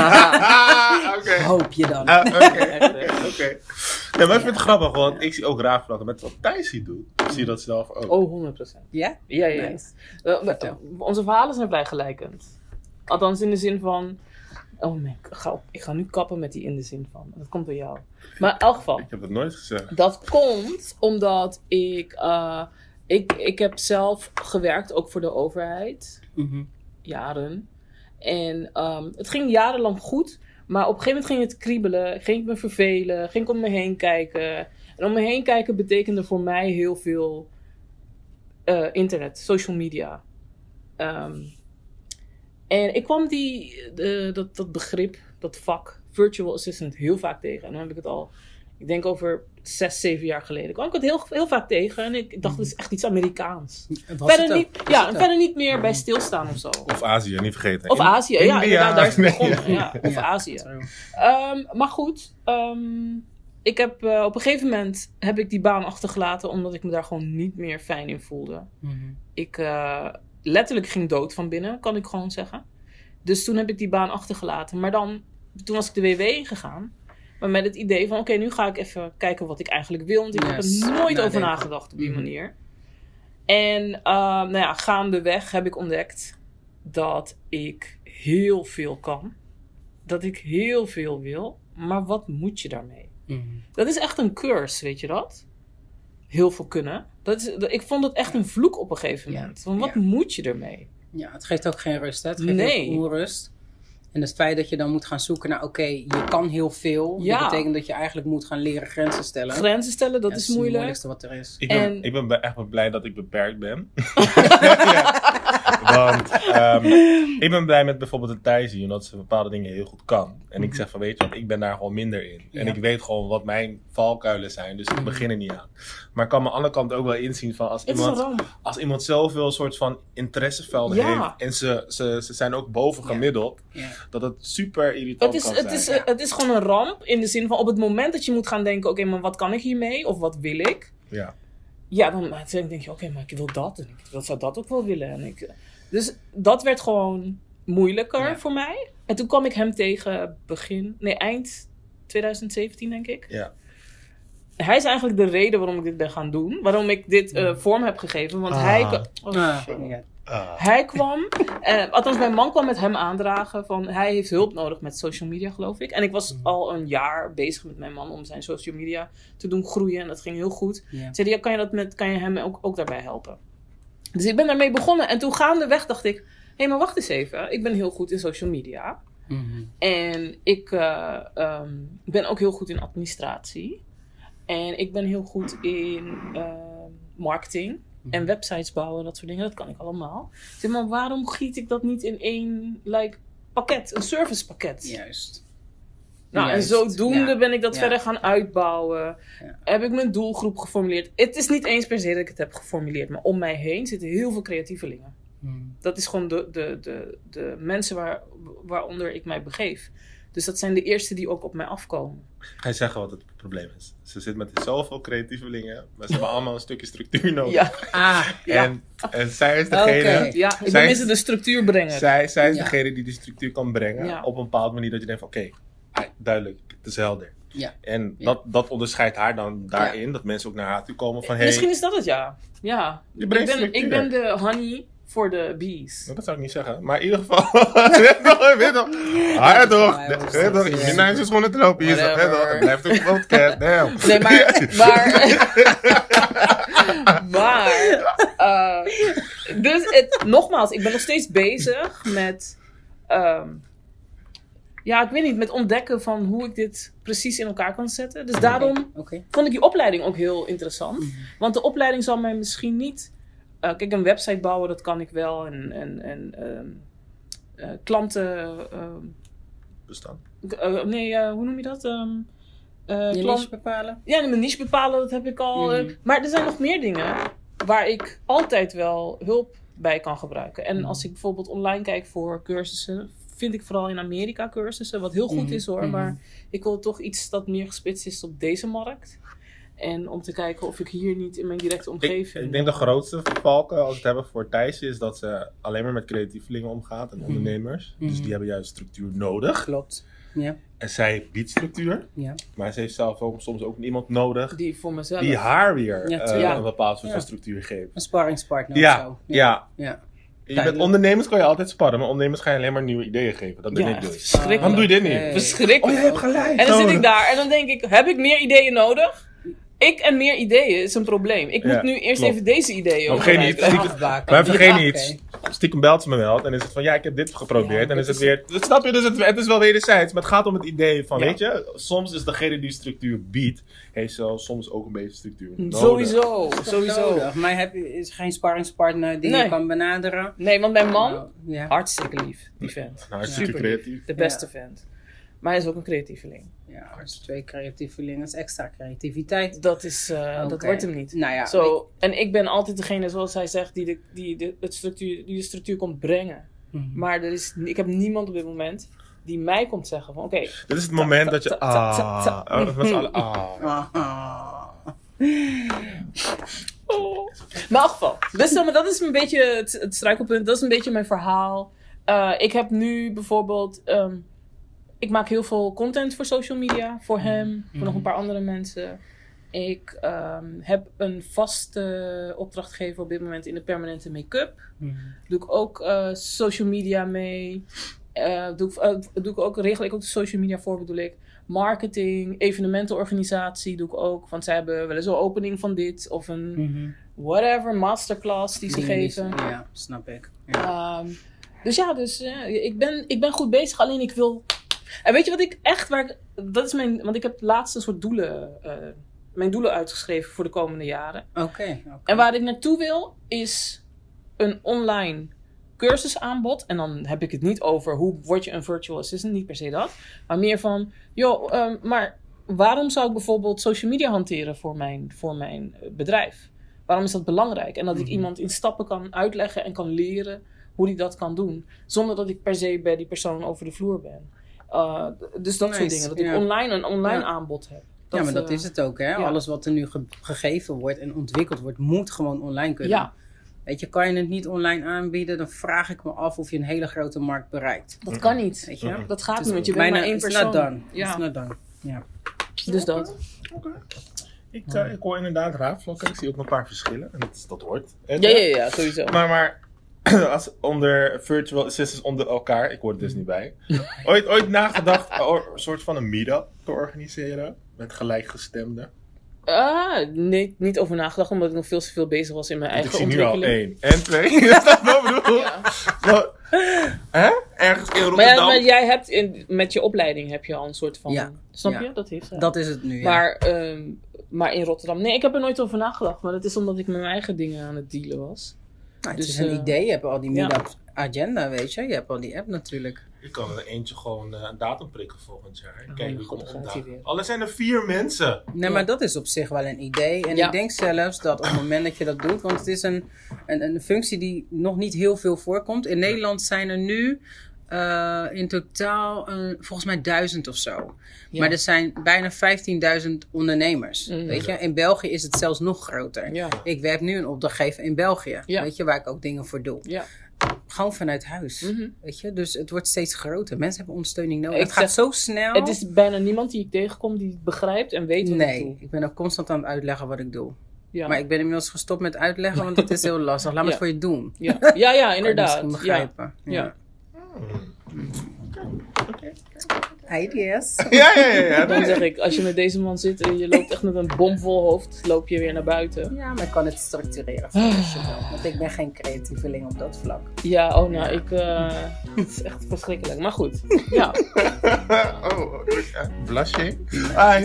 okay. Hoop je dan. Oké, uh, oké. Ja, maar ik vind het grappig, want ik zie ook raakvlakken met wat Thijs hier doet. Ik zie dat zelf ook. Oh, honderd procent. Ja? Ja, ja. Nice. Uh, uh, onze verhalen zijn vrij gelijkend. Althans in de zin van... Oh man, ik ga, ik ga nu kappen met die in de zin van. Dat komt door jou. Maar in elk geval. Ik heb dat nooit gezegd. Dat komt omdat ik... Uh, ik, ik heb zelf gewerkt, ook voor de overheid. Mm-hmm. Jaren. En um, het ging jarenlang goed. Maar op een gegeven moment ging het kriebelen. Ging ik me vervelen. Ging ik om me heen kijken. En om me heen kijken betekende voor mij heel veel uh, internet, social media. Um, en ik kwam die, uh, dat, dat begrip, dat vak, virtual assistant, heel vaak tegen. En dan heb ik het al, ik denk over zes, zeven jaar geleden. kwam ik het heel, heel vaak tegen. En ik dacht, het is echt iets Amerikaans. Verder niet, ja, en verder niet meer bij stilstaan of zo. Of Azië, niet vergeten. Of In, Azië, India. ja, inderdaad, daar is het begonnen. Ja, of ja, Azië. Um, maar goed, um, ik heb, uh, op een gegeven moment heb ik die baan achtergelaten, omdat ik me daar gewoon niet meer fijn in voelde. Mm-hmm. Ik uh, letterlijk ging dood van binnen, kan ik gewoon zeggen. Dus toen heb ik die baan achtergelaten. Maar dan, toen was ik de W W ingegaan. Maar met het idee van, oké, okay, nu ga ik even kijken wat ik eigenlijk wil. Want ik yes. heb er nooit nou, over nagedacht op die mm-hmm. manier. En uh, nou ja, gaandeweg heb ik ontdekt dat ik heel veel kan. Dat ik heel veel wil. Maar wat moet je daarmee? Mm-hmm. Dat is echt een curse, weet je dat? heel veel kunnen. Dat is, dat, ik vond het echt een vloek op een gegeven moment. Ja. Want wat ja. moet je ermee? Ja, het geeft ook geen rust. Hè? Het geeft nee. heel veel onrust. En het feit dat je dan moet gaan zoeken naar, oké, okay, je kan heel veel. Ja. Dat betekent dat je eigenlijk moet gaan leren grenzen stellen. Grenzen stellen, dat ja, is moeilijk. Het moeilijkste wat er is. Ik ben, en... ik ben echt blij dat ik beperkt ben. ja. Want um, ik ben blij met bijvoorbeeld de Thijs hier, omdat ze bepaalde dingen heel goed kan. En mm-hmm. ik zeg van, weet je wat, ik ben daar gewoon minder in. Ja. En ik weet gewoon wat mijn valkuilen zijn, dus ik mm-hmm. begin er niet aan. Maar ik kan mijn andere kant ook wel inzien van, als iemand, als iemand zoveel soort van interessevelden ja. heeft, en ze, ze, ze zijn ook boven gemiddeld, ja. Ja. dat het super irritant het is, kan het zijn. Is, ja. Het is gewoon een ramp, in de zin van, op het moment dat je moet gaan denken, oké, okay, maar wat kan ik hiermee? Of wat wil ik? Ja. Ja, dan denk je, oké, okay, maar ik wil dat. En ik wil, zou dat ook wel willen. En ik, dus dat werd gewoon moeilijker ja. voor mij. En toen kwam ik hem tegen begin, nee, eind twintig zeventien, denk ik. Ja. Hij is eigenlijk de reden waarom ik dit ben gaan doen. Waarom ik dit uh, vorm heb gegeven. Want ah. hij... Oh, ah. Ah. Hij kwam... Uh, althans, mijn man kwam met hem aandragen van... Hij heeft hulp nodig met social media, geloof ik. En ik was mm. al een jaar bezig met mijn man om zijn social media te doen groeien. En dat ging heel goed. Yeah. Ik zei, ja, kan je, dat met, kan je hem ook, ook daarbij helpen? Dus ik ben daarmee begonnen. En toen gaandeweg dacht ik... Hé, hey, maar wacht eens even. Ik ben heel goed in social media. Mm-hmm. En ik uh, um, ben ook heel goed in administratie. En ik ben heel goed in uh, marketing. En websites bouwen, dat soort dingen, dat kan ik allemaal. Zeg maar, waarom giet ik dat niet in één like, pakket, een servicepakket? Juist. Nou, Juist. En zodoende ja. ben ik dat ja. verder gaan uitbouwen. Ja. Heb ik mijn doelgroep geformuleerd. Het is niet eens per se dat ik het heb geformuleerd, maar om mij heen zitten heel veel creatievelingen. Hmm. Dat is gewoon de, de, de, de mensen waar, waaronder ik mij begeef. Dus dat zijn de eerste die ook op mij afkomen. Ga je zeggen wat het probleem is? Ze zitten met zoveel creatievelingen, maar ze hebben allemaal een stukje structuur nodig. Ja. Ah, ja. En, en zij is degene... Okay. Ja, ik ben mensen de structuur brengen. Zij, zij is ja. degene die de structuur kan brengen. Ja. Op een bepaalde manier dat je denkt van, oké, okay, duidelijk, het is helder. Ja. En ja. Dat, dat onderscheidt haar dan daarin, ja. dat mensen ook naar haar toe komen van... Hey, misschien is dat het, ja. Ja. Ik ben, ik ben de honey... voor de bees. Nou, dat zou ik niet zeggen. Maar in ieder geval... weet toch, weet toch. Ah, toch. Weet toch. Ik ben naar zijn schoenen te lopen hier. Weet toch. Het blijft ook een podcast. Damn. Nee, maar... Maar... maar... Uh, dus het, nogmaals, ik ben nog steeds bezig met... Um, ja, ik weet niet. Met ontdekken van hoe ik dit precies in elkaar kan zetten. Dus daarom okay. Okay. vond ik die opleiding ook heel interessant. Mm-hmm. Want de opleiding zal mij misschien niet... Uh, kijk, een website bouwen, dat kan ik wel. En, en, en um, uh, klanten... Uh, Bestaan? Uh, nee, uh, hoe noem je dat? Um, uh, je klant... niche bepalen? Ja, mijn niche bepalen, dat heb ik al. Mm. Uh, maar er zijn nog meer dingen waar ik altijd wel hulp bij kan gebruiken. En mm. als ik bijvoorbeeld online kijk voor cursussen... vind ik vooral in Amerika cursussen, wat heel goed mm. is hoor. Mm. Maar ik wil toch iets dat meer gespitst is op deze markt. En om te kijken of ik hier niet in mijn directe omgeving... Ik, ik denk de grootste valken als we het hebben voor Thijs is dat ze alleen maar met creatievelingen omgaat en ondernemers. Mm. Dus die hebben juist structuur nodig. Klopt. Ja. En zij biedt structuur. Ja. Maar ze heeft zelf ook soms ook iemand nodig. Die voor mezelf. Die haar weer ja, uh, ja. een bepaald soort ja. van structuur geeft. Een sparringspartner ja. of zo. Ja. ja. ja. Je met ondernemers kan je altijd sparren, maar ondernemers ga je alleen maar nieuwe ideeën geven. Dat ben ja, ik dus. Verschrikkelijk. Waarom doe je dit niet? Nee. Verschrikkelijk. Oh, je hebt gelijk. En dan zit ik daar en dan denk ik, heb ik meer ideeën nodig? Ik en meer ideeën is een probleem. Ik ja, moet nu eerst klopt. even deze ideeën maar vergeet niet, stiekem, maar vergeet ja, niet, okay. stiekem belt ze me wel. Dan is het van, ja, ik heb dit geprobeerd. Ja, en is het weer, dat snap je, dus het, het is wel wederzijds. Maar het gaat om het idee van, ja. weet je, soms is degene die structuur biedt, heeft zo soms ook een beetje structuur nodig. Sowieso, sowieso. Nodig. Maar heb je, is er geen sparringspartner die nee. je kan benaderen? Nee, want mijn man, nou, ja. hartstikke lief, die vent. Nou, hartstikke super creatief. Lief. De beste ja. vent. Maar hij is ook een creatieveling. Ja, als twee creatievelingen is extra creativiteit. Dat, is, uh, okay. dat wordt hem niet. Nou ja, so, ik... En ik ben altijd degene, zoals hij zegt, die de, die de, het structuur, die de structuur komt brengen. Mm-hmm. Maar er is, ik heb niemand op dit moment die mij komt zeggen van oké. Okay, dit is het moment ta, ta, dat je... Ah, ta, ta, ta. Oh, met z'n allen, ah. Oh. Maar in elk geval, dus, maar dat is een beetje het, het struikelpunt. Dat is een beetje mijn verhaal. Uh, ik heb nu bijvoorbeeld... Um, Ik maak heel veel content voor social media. Voor hem. Mm-hmm. Voor nog een paar andere mensen. Ik um, heb een vaste opdrachtgever op dit moment in de permanente make-up. Mm-hmm. Doe ik ook uh, social media mee. Uh, doe, ik, uh, doe ik ook, regel ik ook de social media voor, bedoel ik. Marketing, evenementenorganisatie doe ik ook. Want zij hebben wel eens een opening van dit. Of een mm-hmm. whatever, masterclass die ze geven. Ja, snap ik. Ja. Um, dus ja, dus, uh, ik, ben, ik ben goed bezig. Alleen ik wil... En weet je wat ik echt... Waar ik, dat is mijn... Want ik heb laatst een soort doelen... Uh, mijn doelen uitgeschreven voor de komende jaren. Oké. Okay, okay. En waar ik naartoe wil, is een online cursusaanbod. En dan heb ik het niet over hoe word je een virtual assistant. Niet per se dat. Maar meer van... Joh, um, maar waarom zou ik bijvoorbeeld social media hanteren voor mijn, voor mijn bedrijf? Waarom is dat belangrijk? En dat ik mm-hmm. iemand in stappen kan uitleggen en kan leren hoe die dat kan doen. Zonder dat ik per se bij die persoon over de vloer ben. Uh, dus dat nice. soort dingen. Dat ik ja. online een online ja. aanbod heb. Dat, ja, maar dat uh, is het ook, hè? Ja. Alles wat er nu ge- gegeven wordt en ontwikkeld wordt, moet gewoon online kunnen. Ja. Weet je, kan je het niet online aanbieden, dan vraag ik me af of je een hele grote markt bereikt. Dat kan niet. Weet je? Mm-hmm. Dat gaat niet, want je bent maar één persoon. It's not done. Ja. It's not done. Ja. Dus dat. Oké. Okay. Ik, uh, ik hoor inderdaad raadvlakken. Ik zie ook een paar verschillen. En dat, dat hoort. En, ja, ja, ja, sowieso. Maar, maar als onder virtual assistants onder elkaar, ik hoor er dus niet bij. Ooit, ooit nagedacht een soort van een meet-up te organiseren met gelijkgestemden? Ah, nee, niet over nagedacht, omdat ik nog veel te veel bezig was in mijn eigen ontwikkeling. Ik zie nu al één. En twee. Is dat wat ik bedoel? Ja. Zo, hè? Ergens in Rotterdam. Maar, ja, maar jij hebt, in, met je opleiding heb je al een soort van... Ja. Snap ja. je? Dat is, dat is het nu, ja. Maar, um, maar in Rotterdam... Nee, ik heb er nooit over nagedacht. Maar dat is omdat ik met mijn eigen dingen aan het dealen was. Nou, het dus, is een uh, idee. Je hebt al die meetup ja. agenda, weet je. Je hebt al die app natuurlijk. Je kan er eentje gewoon uh, een datum prikken volgend jaar. Oh, Kijk, wie komt opdagen. Al zijn er vier mensen. Nee, ja. maar dat is op zich wel een idee. En ja. ik denk zelfs dat op het moment dat je dat doet... Want het is een, een, een functie die nog niet heel veel voorkomt. In Nederland zijn er nu... Uh, in totaal uh, volgens mij duizend of zo. Ja. Maar er zijn bijna vijftienduizend ondernemers. Mm. Weet je? In België is het zelfs nog groter. Ja. Ik werk nu een opdrachtgever in België. Ja. Weet je, waar ik ook dingen voor doe. Ja. Gewoon vanuit huis. Mm-hmm. Weet je? Dus het wordt steeds groter. Mensen hebben ondersteuning nodig. Ik het gaat zeg, zo snel. Het is bijna niemand die ik tegenkom die het begrijpt en weet wat nee, ik doe. Ik ben ook constant aan het uitleggen wat ik doe. Ja. Maar ik ben inmiddels gestopt met uitleggen, want het is heel lastig. Laat me ja. het voor je doen. Ja, ja, ja inderdaad. Begrijpen. Ja. ja. ja. Okay. Ideas. Ja, ja, ja, ja. Dan zeg ik, als je met deze man zit en je loopt echt met een bomvol hoofd, loop je weer naar buiten. Ja, maar ik kan het structureren. Ah. Want ik ben geen creatieveling op dat vlak. Ja, oh nou, ik... Uh, het is echt verschrikkelijk. Maar goed, ja. Oh, blushing. Hi.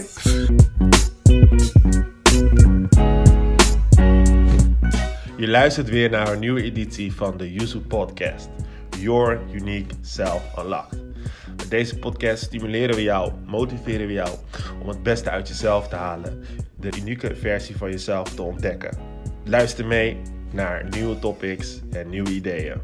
Je luistert weer naar een nieuwe editie van de Yuzu Podcast. Your Unique Self Unlocked. Met deze podcast stimuleren we jou, motiveren we jou om het beste uit jezelf te halen. De unieke versie van jezelf te ontdekken. Luister mee naar nieuwe topics en nieuwe ideeën.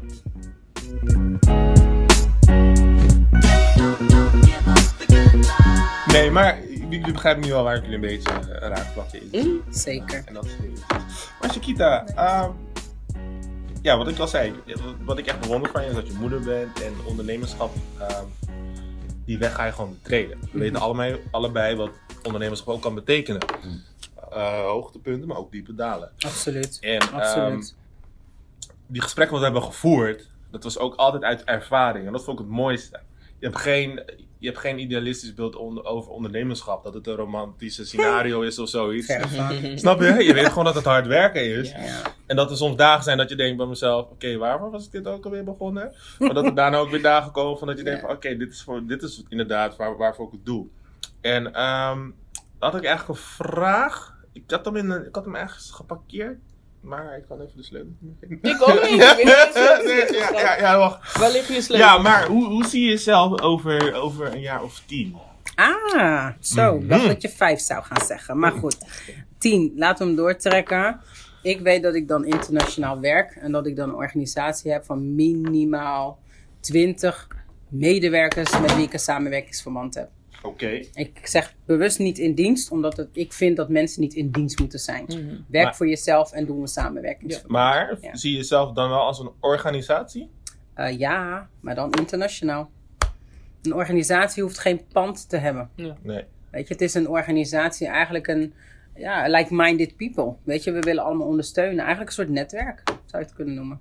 Nee, maar jullie begrijpen nu al waar ik jullie een beetje uh, raakvlakken in. Mm, zeker. En dat is maar Chiquita, uh, ja, wat ik al zei, wat ik echt bewonder van je is dat je moeder bent en ondernemerschap, uh, die weg ga je gewoon betreden. We weten allebei, allebei wat ondernemerschap ook kan betekenen. Uh, hoogtepunten, maar ook diepe dalen. Absoluut. En Absoluut. Um, die gesprekken wat we hebben gevoerd, dat was ook altijd uit ervaring. En dat vond ik het mooiste. Je hebt geen, je hebt geen idealistisch beeld on, over ondernemerschap. Dat het een romantische scenario is of zoiets. Snap je? Je weet gewoon dat het hard werken is. Ja. En dat er soms dagen zijn dat je denkt bij mezelf... Oké, okay, waarvoor was ik dit ook alweer begonnen? Maar dat er daarna ook weer dagen komen van dat je ja. denkt... Oké, okay, dit, is voor, dit is inderdaad waar, waarvoor ik het doe. En um, had ik eigenlijk een vraag. Ik had hem, in een, ik had hem ergens geparkeerd. Maar ik kan even de sleutel vinden. Ik ook niet. Ik weet niet. Ja, ja, ja, wacht. Waar ligt je sleutel? Ja, maar hoe, hoe zie je jezelf over, over een jaar of tien? Ah, zo. Mm-hmm. Dat dat je vijf zou gaan zeggen. Maar goed, tien. Laten we hem doortrekken. Ik weet dat ik dan internationaal werk. En dat ik dan een organisatie heb van minimaal twintig medewerkers met wie ik een samenwerkingsverband heb. Oké. Okay. Ik zeg bewust niet in dienst, omdat het, ik vind dat mensen niet in dienst moeten zijn. Mm-hmm. Werk maar, voor jezelf en doen we samenwerking. Ja. Maar ja. zie je jezelf dan wel als een organisatie? Uh, ja, maar dan internationaal. Een organisatie hoeft geen pand te hebben. Ja. Nee. Weet je, het is een organisatie eigenlijk een ja, like-minded people. Weet je, we willen allemaal ondersteunen. Eigenlijk een soort netwerk, zou je het kunnen noemen.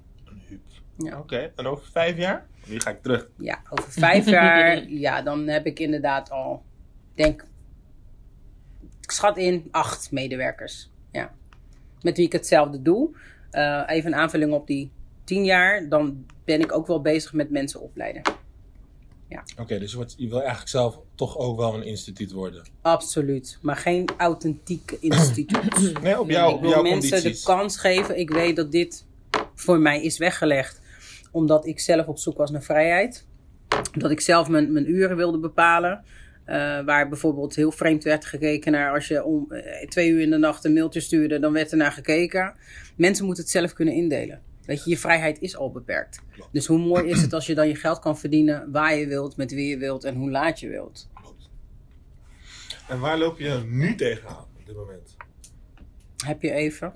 Ja. Oké, okay. En over vijf jaar? Nu ga ik terug. Ja, over vijf jaar, ja, dan heb ik inderdaad al, denk, ik schat in acht medewerkers. Ja. Met wie ik hetzelfde doe. Uh, even een aanvulling op die tien jaar, dan ben ik ook wel bezig met mensen opleiden. Ja. Oké, okay, dus je, wordt, je wil eigenlijk zelf toch ook wel een instituut worden? Absoluut, maar geen authentieke instituut. Nee, op jou, nee, ik wil jouw mensen condities. de kans geven. Ik weet dat dit voor mij is weggelegd, omdat ik zelf op zoek was naar vrijheid. Dat ik zelf mijn, mijn uren wilde bepalen. Uh, waar bijvoorbeeld heel vreemd werd gekeken naar als je om uh, twee uur in de nacht een mailtje stuurde, dan werd er naar gekeken. Mensen moeten het zelf kunnen indelen. Weet je, je vrijheid is al beperkt. Klopt. Dus hoe mooi is het als je dan je geld kan verdienen waar je wilt, met wie je wilt en hoe laat je wilt. Klopt. En waar loop je nu tegenaan op dit moment? Heb je even?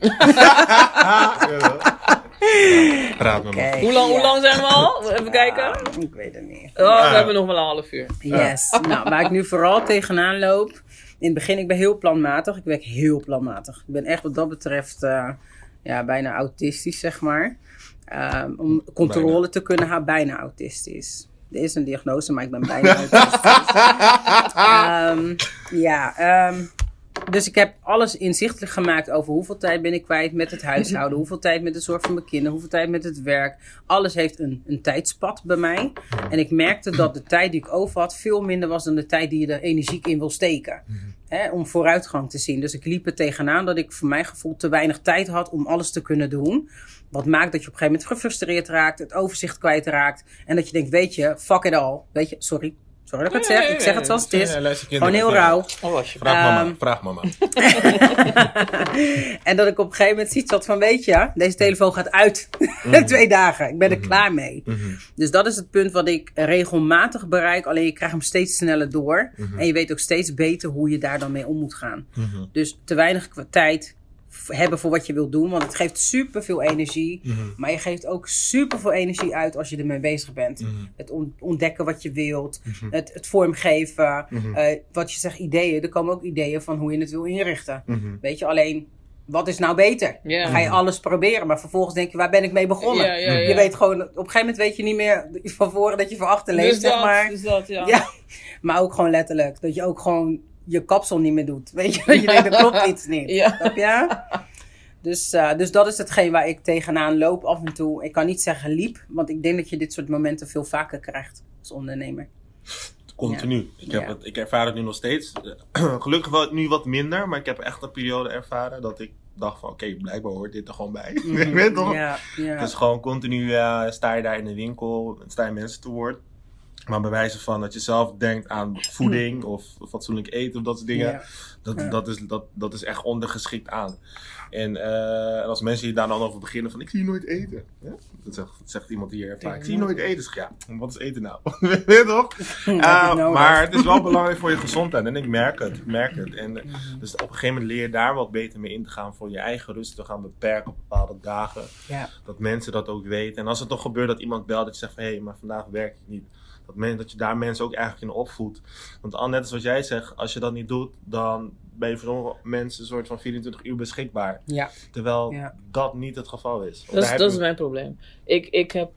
Praat met me. Okay. Hoe lang, Ja. hoe lang zijn we al? Even kijken. Ah, ik weet het niet. Oh, Ah. we hebben nog wel een half uur. Yes. Nou, waar ik nu vooral tegenaan loop. In het begin, ik ben heel planmatig. Ik werk heel planmatig. Ik ben echt wat dat betreft uh, ja, bijna autistisch, zeg maar. Um, om controle Bijna. te kunnen houden. Bijna autistisch. Er is een diagnose, maar ik ben bijna autistisch. um, ja, um, dus ik heb alles inzichtelijk gemaakt over hoeveel tijd ben ik kwijt met het huishouden. Hoeveel tijd met de zorg van mijn kinderen. Hoeveel tijd met het werk. Alles heeft een, een tijdspad bij mij. En ik merkte dat de tijd die ik over had veel minder was dan de tijd die je er energiek in wil steken. Hè, om vooruitgang te zien. Dus ik liep er tegenaan dat ik voor mijn gevoel te weinig tijd had om alles te kunnen doen. Wat maakt dat je op een gegeven moment gefrustreerd raakt. Het overzicht kwijtraakt. En dat je denkt, weet je, fuck it all. Weet je, sorry. Sorry dat ik het Nee, zeg. nee, Ik zeg nee, het zoals het is. Ja, luister, Gewoon kinderen. heel Ja. rauw. Oh, alsjeblieft. Vraag mama, Um, vraag mama. En dat ik op een gegeven moment zoiets had van, weet je, deze telefoon gaat uit. Twee dagen. Ik ben er klaar mee. Mm-hmm. Dus dat is het punt wat ik regelmatig bereik. Alleen je krijgt hem steeds sneller door. Mm-hmm. En je weet ook steeds beter hoe je daar dan mee om moet gaan. Mm-hmm. Dus te weinig kwa- tijd f- hebben voor wat je wilt doen. Want het geeft super veel energie. Mm-hmm. Maar je geeft ook super veel energie uit als je ermee bezig bent. Mm-hmm. Het on- ontdekken wat je wilt. Mhm. Het, het vormgeven. Mhm. Eh, wat je zegt, ideeën. Er komen ook ideeën van hoe je het wil inrichten. Mhm. Weet je, alleen, wat is nou beter? Ja. Dan ga je alles proberen, maar vervolgens denk je, waar ben ik mee begonnen? Ja, ja, ja. Je weet gewoon, op een gegeven moment weet je niet meer van voren dat je van achter leeft, Dus zeg dat, maar. dus dat, ja. Ja, maar ook gewoon letterlijk. Dat je ook gewoon je kapsel niet meer doet. Weet je, dat je denkt, er klopt iets niet. Ja. Snap je? Dus, uh, dus dat is hetgeen waar ik tegenaan loop af en toe. Ik kan niet zeggen liep, want ik denk dat je dit soort momenten veel vaker krijgt als ondernemer. Continu. Ik, heb Ja. het, ik ervaar het nu nog steeds. Gelukkig wel nu wat minder, maar ik heb echt een periode ervaren dat ik dacht van oké, okay, blijkbaar hoort dit er gewoon bij. Je weet toch? Ja, ja. Dus gewoon continu uh, sta je daar in de winkel, sta je mensen te woord. Maar bij wijze van dat je zelf denkt aan voeding of fatsoenlijk eten of dat soort dingen. Ja. Dat, Ja. dat, is, dat, dat is echt ondergeschikt aan. En, uh, en als mensen hier daar dan over beginnen van ik zie je nooit eten. Ja? Dat, zegt, dat zegt iemand hier vaak. Ik zie je nooit eten. Zeg, ja, wat is eten nou? Weet je toch? Uh, nodig. maar het is wel belangrijk voor je gezondheid. En ik merk het. Ik merk het. En, mm-hmm. Dus op een gegeven moment leer je daar wat beter mee in te gaan. Voor je eigen rust te gaan beperken op bepaalde dagen. Ja. Dat mensen dat ook weten. En als het toch gebeurt dat iemand belt dat je zegt van hé, hey, maar vandaag werk ik niet. Dat, men, dat je daar mensen ook eigenlijk in opvoedt. Want al net zoals jij zegt, als je dat niet doet, dan ben je voor sommige mensen een soort van vierentwintig uur beschikbaar. Ja. Terwijl Ja. dat niet het geval is. Of Dat is, daar dat heb is je- mijn probleem. Ik, ik heb...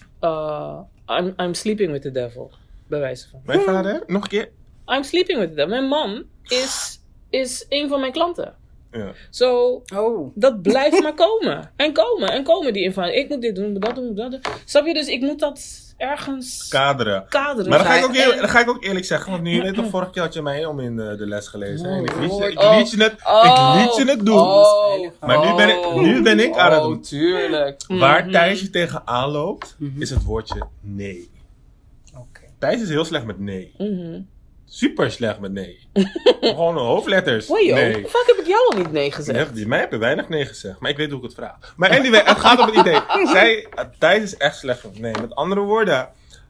Uh, I'm, I'm sleeping with the devil. Bij wijze van. Mijn vader, nog een keer. I'm sleeping with the devil. Mijn man is, is een van mijn klanten. Ja. Zo, Oh. dat blijft maar komen. En komen, en komen die informatie. Ik moet dit doen, ik moet dat doen, ik moet dat doen. Snap je? Dus ik moet dat ergens Kaderen. kaderen. Maar dan ga, ik ook En- eerlijk, dan ga ik ook eerlijk zeggen, want nu, je weet toch, vorige keer had je mij om in de, de les gelezen. En ik liet je, ik Oh. liet je het, Oh. ik liet je het doen. Oh. Maar nu ben ik, nu ben ik aan het doen. Oh, tuurlijk. Waar Mhm. Thijs je tegenaan loopt, Mhm. is het woordje nee. Oké. Thijs is heel slecht met nee. Mhm. Super slecht met nee. Gewoon hoofdletters. Hoi joh, Nee. hoe vaak heb ik jou al niet nee gezegd? Nee, mij heb je weinig nee gezegd, maar ik weet hoe ik het vraag. Maar anyway, het gaat om het idee. Zij, Thijs is echt slecht met nee. Met andere woorden,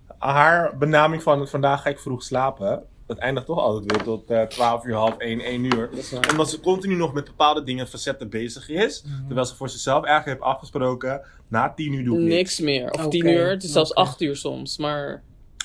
haar benaming van vandaag ga ik vroeg slapen, dat eindigt toch altijd weer tot uh, twaalf uur, half één, één uur. Dat is waar. Omdat ze continu nog met bepaalde dingen, facetten bezig is. Terwijl ze voor zichzelf eigenlijk heeft afgesproken, na tien uur doe ik niks. Niks meer. Of Oké, tien uur, het is zelfs oké. acht uur soms. Maar,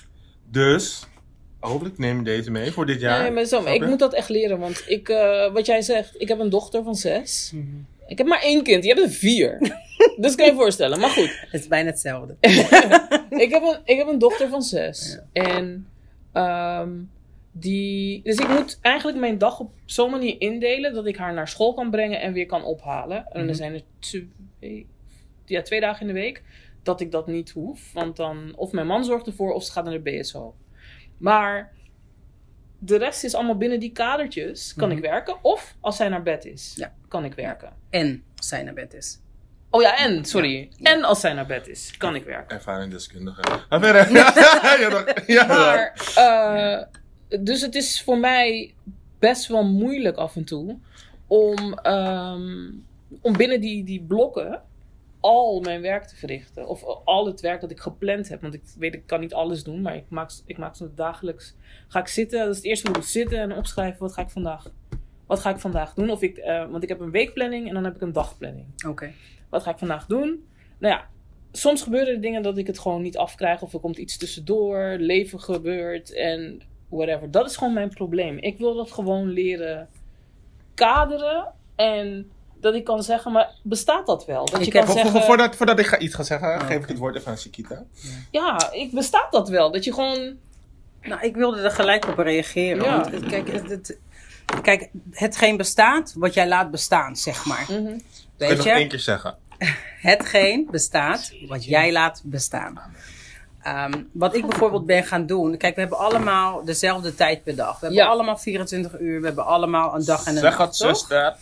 Dus, hopelijk neem je deze mee voor dit jaar. nee, maar zo, maar Snap ik je? moet dat echt leren. Want ik, eh, wat jij zegt, ik heb een dochter van zes. Mhm. Ik heb maar één kind, je hebt er vier. Dus kan je je voorstellen. Maar goed. Het is bijna hetzelfde. ik, heb een, ik heb een dochter van zes. Ja. En um, die... Dus ik moet eigenlijk mijn dag op zo'n manier indelen dat ik haar naar school kan brengen en weer kan ophalen. En mm-hmm. dan zijn er twee, ja, twee dagen in de week dat ik dat niet hoef. Want dan... Of mijn man zorgt ervoor of ze gaat naar de B S O. Maar... De rest is allemaal binnen die kadertjes. Kan mm-hmm. ik werken. Of als zij naar bed is. Ja. Kan ik werken. En als zij naar bed is. Oh ja, en. Sorry. Ja. En als zij naar bed is. Kan ik werken. Ervaringsdeskundige. Maar verder. ja, maar, uh, dus het is voor mij best wel moeilijk af en toe. Om, um, om binnen die, die blokken al mijn werk te verrichten. Of al het werk dat ik gepland heb. Want ik weet, ik kan niet alles doen. Maar ik maak, ik maak zo dagelijks... Ga ik zitten. Dat is het eerste. Moet ik zitten en opschrijven. Wat ga ik vandaag... Wat ga ik vandaag doen? Of ik, uh, want ik heb een weekplanning en dan heb ik een dagplanning. Oké. Okay. Wat ga ik vandaag doen? Nou ja. Soms gebeuren er dingen dat ik het gewoon niet afkrijg. Of er komt iets tussendoor. Leven gebeurt. En whatever. Dat is gewoon mijn probleem. Ik wil dat gewoon leren kaderen. En... Dat ik kan zeggen, maar bestaat dat wel? Dat ik je kan heb, zeggen... voordat, voordat ik ga iets ga zeggen, oh, geef ik het woord even aan Chiquita. Ja, ja ik, bestaat dat wel? Dat je gewoon... Nou, ik wilde er gelijk op reageren. Ja. Want, kijk, het, het, kijk, hetgeen bestaat, wat jij laat bestaan, zeg maar. Mm-hmm. Weet Kun je nog één keer zeggen? Hetgeen bestaat, wat jij laat bestaan. Um, wat ik bijvoorbeeld ben gaan doen... Kijk, we hebben allemaal dezelfde tijd per dag. We hebben ja. allemaal vierentwintig uur. We hebben allemaal een dag en een zeg nacht, Zeg het, zuster.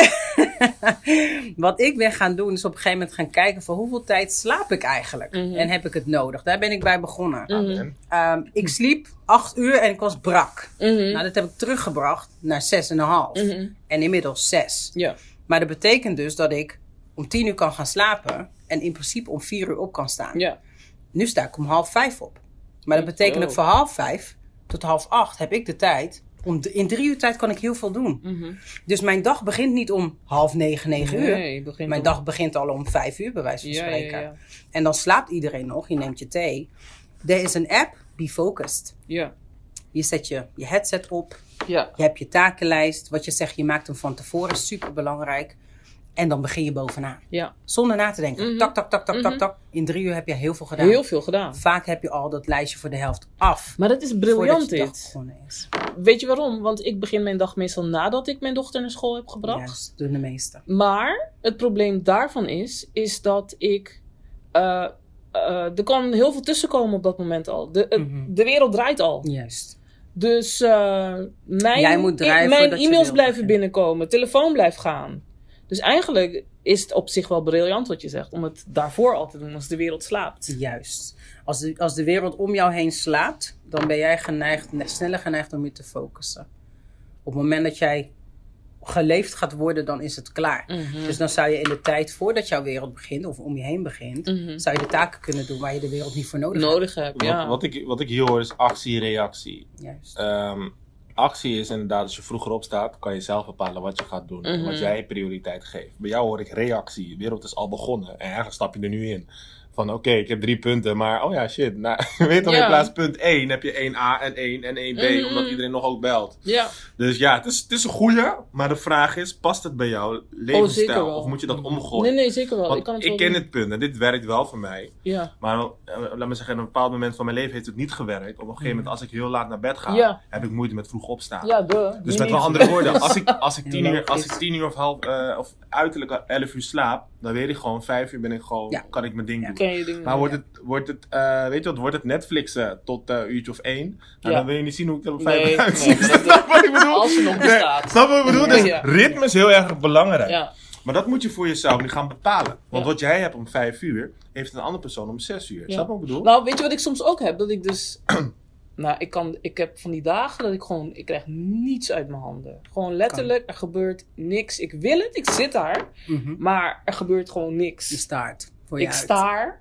Wat ik ben gaan doen, is op een gegeven moment gaan kijken... van hoeveel tijd slaap ik eigenlijk? Mm-hmm. En heb ik het nodig? Daar ben ik bij begonnen. Mm-hmm. Um, ik sliep acht uur en ik was brak. Mm-hmm. Nou, dat heb ik teruggebracht naar zes en een half. Mm-hmm. En inmiddels zes. Ja. Maar dat betekent dus dat ik om tien uur kan gaan slapen... en in principe om vier uur op kan staan. Ja. Nu sta ik om half vijf op. Maar dat betekent ook van half vijf tot half acht heb ik de tijd. Om de, in drie uur tijd kan ik heel veel doen. Mm-hmm. Dus mijn dag begint niet om half negen, negen uur. Nee, begint mijn om... dag begint al om vijf uur, bij wijze van ja, spreken. Ja, ja. En dan slaapt iedereen nog. Je neemt je thee. Er is een app, Be Focused. Ja. Je zet je, je headset op. Ja. Je hebt je takenlijst. Wat je zegt, je maakt hem van tevoren. Super belangrijk. En dan begin je bovenaan. Ja. Zonder na te denken. Mm-hmm. Tak, tak, tak, tak, mm-hmm. tak, tak. In drie uur heb je heel veel gedaan. Heel veel gedaan. Vaak heb je al dat lijstje voor de helft af. Maar dat is briljant dit. Is. Weet je waarom? Want ik begin mijn dag meestal nadat ik mijn dochter naar school heb gebracht. Juist, doen de meeste. Maar het probleem daarvan is, is dat ik... Uh, uh, er kan heel veel tussenkomen op dat moment al. De, uh, mm-hmm. de wereld draait al. Juist. Dus uh, mijn, Jij moet drijven mijn dat e-mails je blijven binnenkomen. Telefoon blijft gaan. Dus eigenlijk is het op zich wel briljant wat je zegt. Om het daarvoor al te doen als de wereld slaapt. Juist. Als de, als de wereld om jou heen slaapt. Dan ben jij geneigd, sneller geneigd om je te focussen. Op het moment dat jij geleefd gaat worden, dan is het klaar. Mm-hmm. Dus dan zou je in de tijd voordat jouw wereld begint. Of om je heen begint. Mm-hmm. Zou je de taken kunnen doen waar je de wereld niet voor nodig, nodig hebt. hebt. Ja. Wat, wat, ik, wat ik hier hoor is actie-reactie. Juist. Um, actie is inderdaad, als je vroeger opstaat, kan je zelf bepalen wat je gaat doen. Mm-hmm. Wat jij prioriteit geeft. Bij jou hoor ik reactie. De wereld is al begonnen. En eigenlijk stap je er nu in. Van oké, okay, ik heb drie punten, maar oh ja, shit. Nou, weet dan ja. in plaats punt één heb je één A en één en één B, mm-hmm. omdat iedereen nog ook belt. Ja. Dus ja, het is, het is een goeie, maar de vraag is, past het bij jouw levensstijl? Oh, of moet je dat omgooien? Nee, nee, zeker wel. Want ik kan het ik wel ken doen. het punt en dit werkt wel voor mij. Ja. Maar uh, laat me zeggen, in een bepaald moment van mijn leven heeft het niet gewerkt. Op een gegeven moment, als ik heel laat naar bed ga, ja. heb ik moeite met vroeg opstaan. Ja, duh. Dus niet met wel niet. andere woorden, als ik, als ik tien uur, als ik tien uur of half, uh, of uiterlijk elf uur slaap, dan weet ik gewoon, vijf uur ben ik gewoon, ja. kan ik mijn ding ja. doen. Ken je dingen, maar wordt ja. het, wordt het, uh, weet je wat, wordt het Netflixen tot uh, uurtje of één, nou, ja. dan wil je niet zien hoe ik er om vijf nee, uur uitzie. nee, Snap wat ik bedoel? Als je nog bestaat. Nee, snap wat ik bedoel? Dus ja. ritme is heel erg belangrijk. Ja. Maar dat moet je voor jezelf nu gaan bepalen. Want Ja. wat jij hebt om vijf uur, heeft een andere persoon om zes uur. Ja. Snap wat ik bedoel? Nou, weet je wat ik soms ook heb? Dat ik dus... nou, ik, kan, ik heb van die dagen dat ik gewoon... Ik krijg niets uit mijn handen. Gewoon letterlijk, er gebeurt niks. Ik wil het, ik zit daar. Mm-hmm. Maar er gebeurt gewoon niks. Je staart. Voor je ik uit. staar.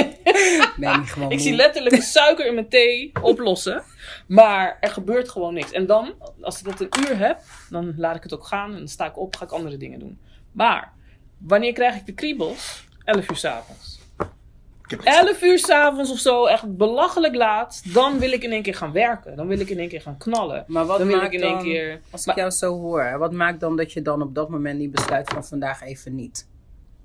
Ben je gewoon ik moe? zie letterlijk de suiker in mijn thee oplossen. Maar er gebeurt gewoon niks. En dan, als ik dat een uur heb, dan laat ik het ook gaan. En dan sta ik op, ga ik andere dingen doen. Maar, wanneer krijg ik de kriebels? elf uur 's avonds. elf uur 's avonds of zo, echt belachelijk laat. Dan wil ik in één keer gaan werken. Dan wil ik in één keer gaan knallen. Maar wat dan wil maakt ik in één dan, keer... als ik maar, jou zo hoor, wat maakt dan dat je dan op dat moment niet besluit van vandaag even niet?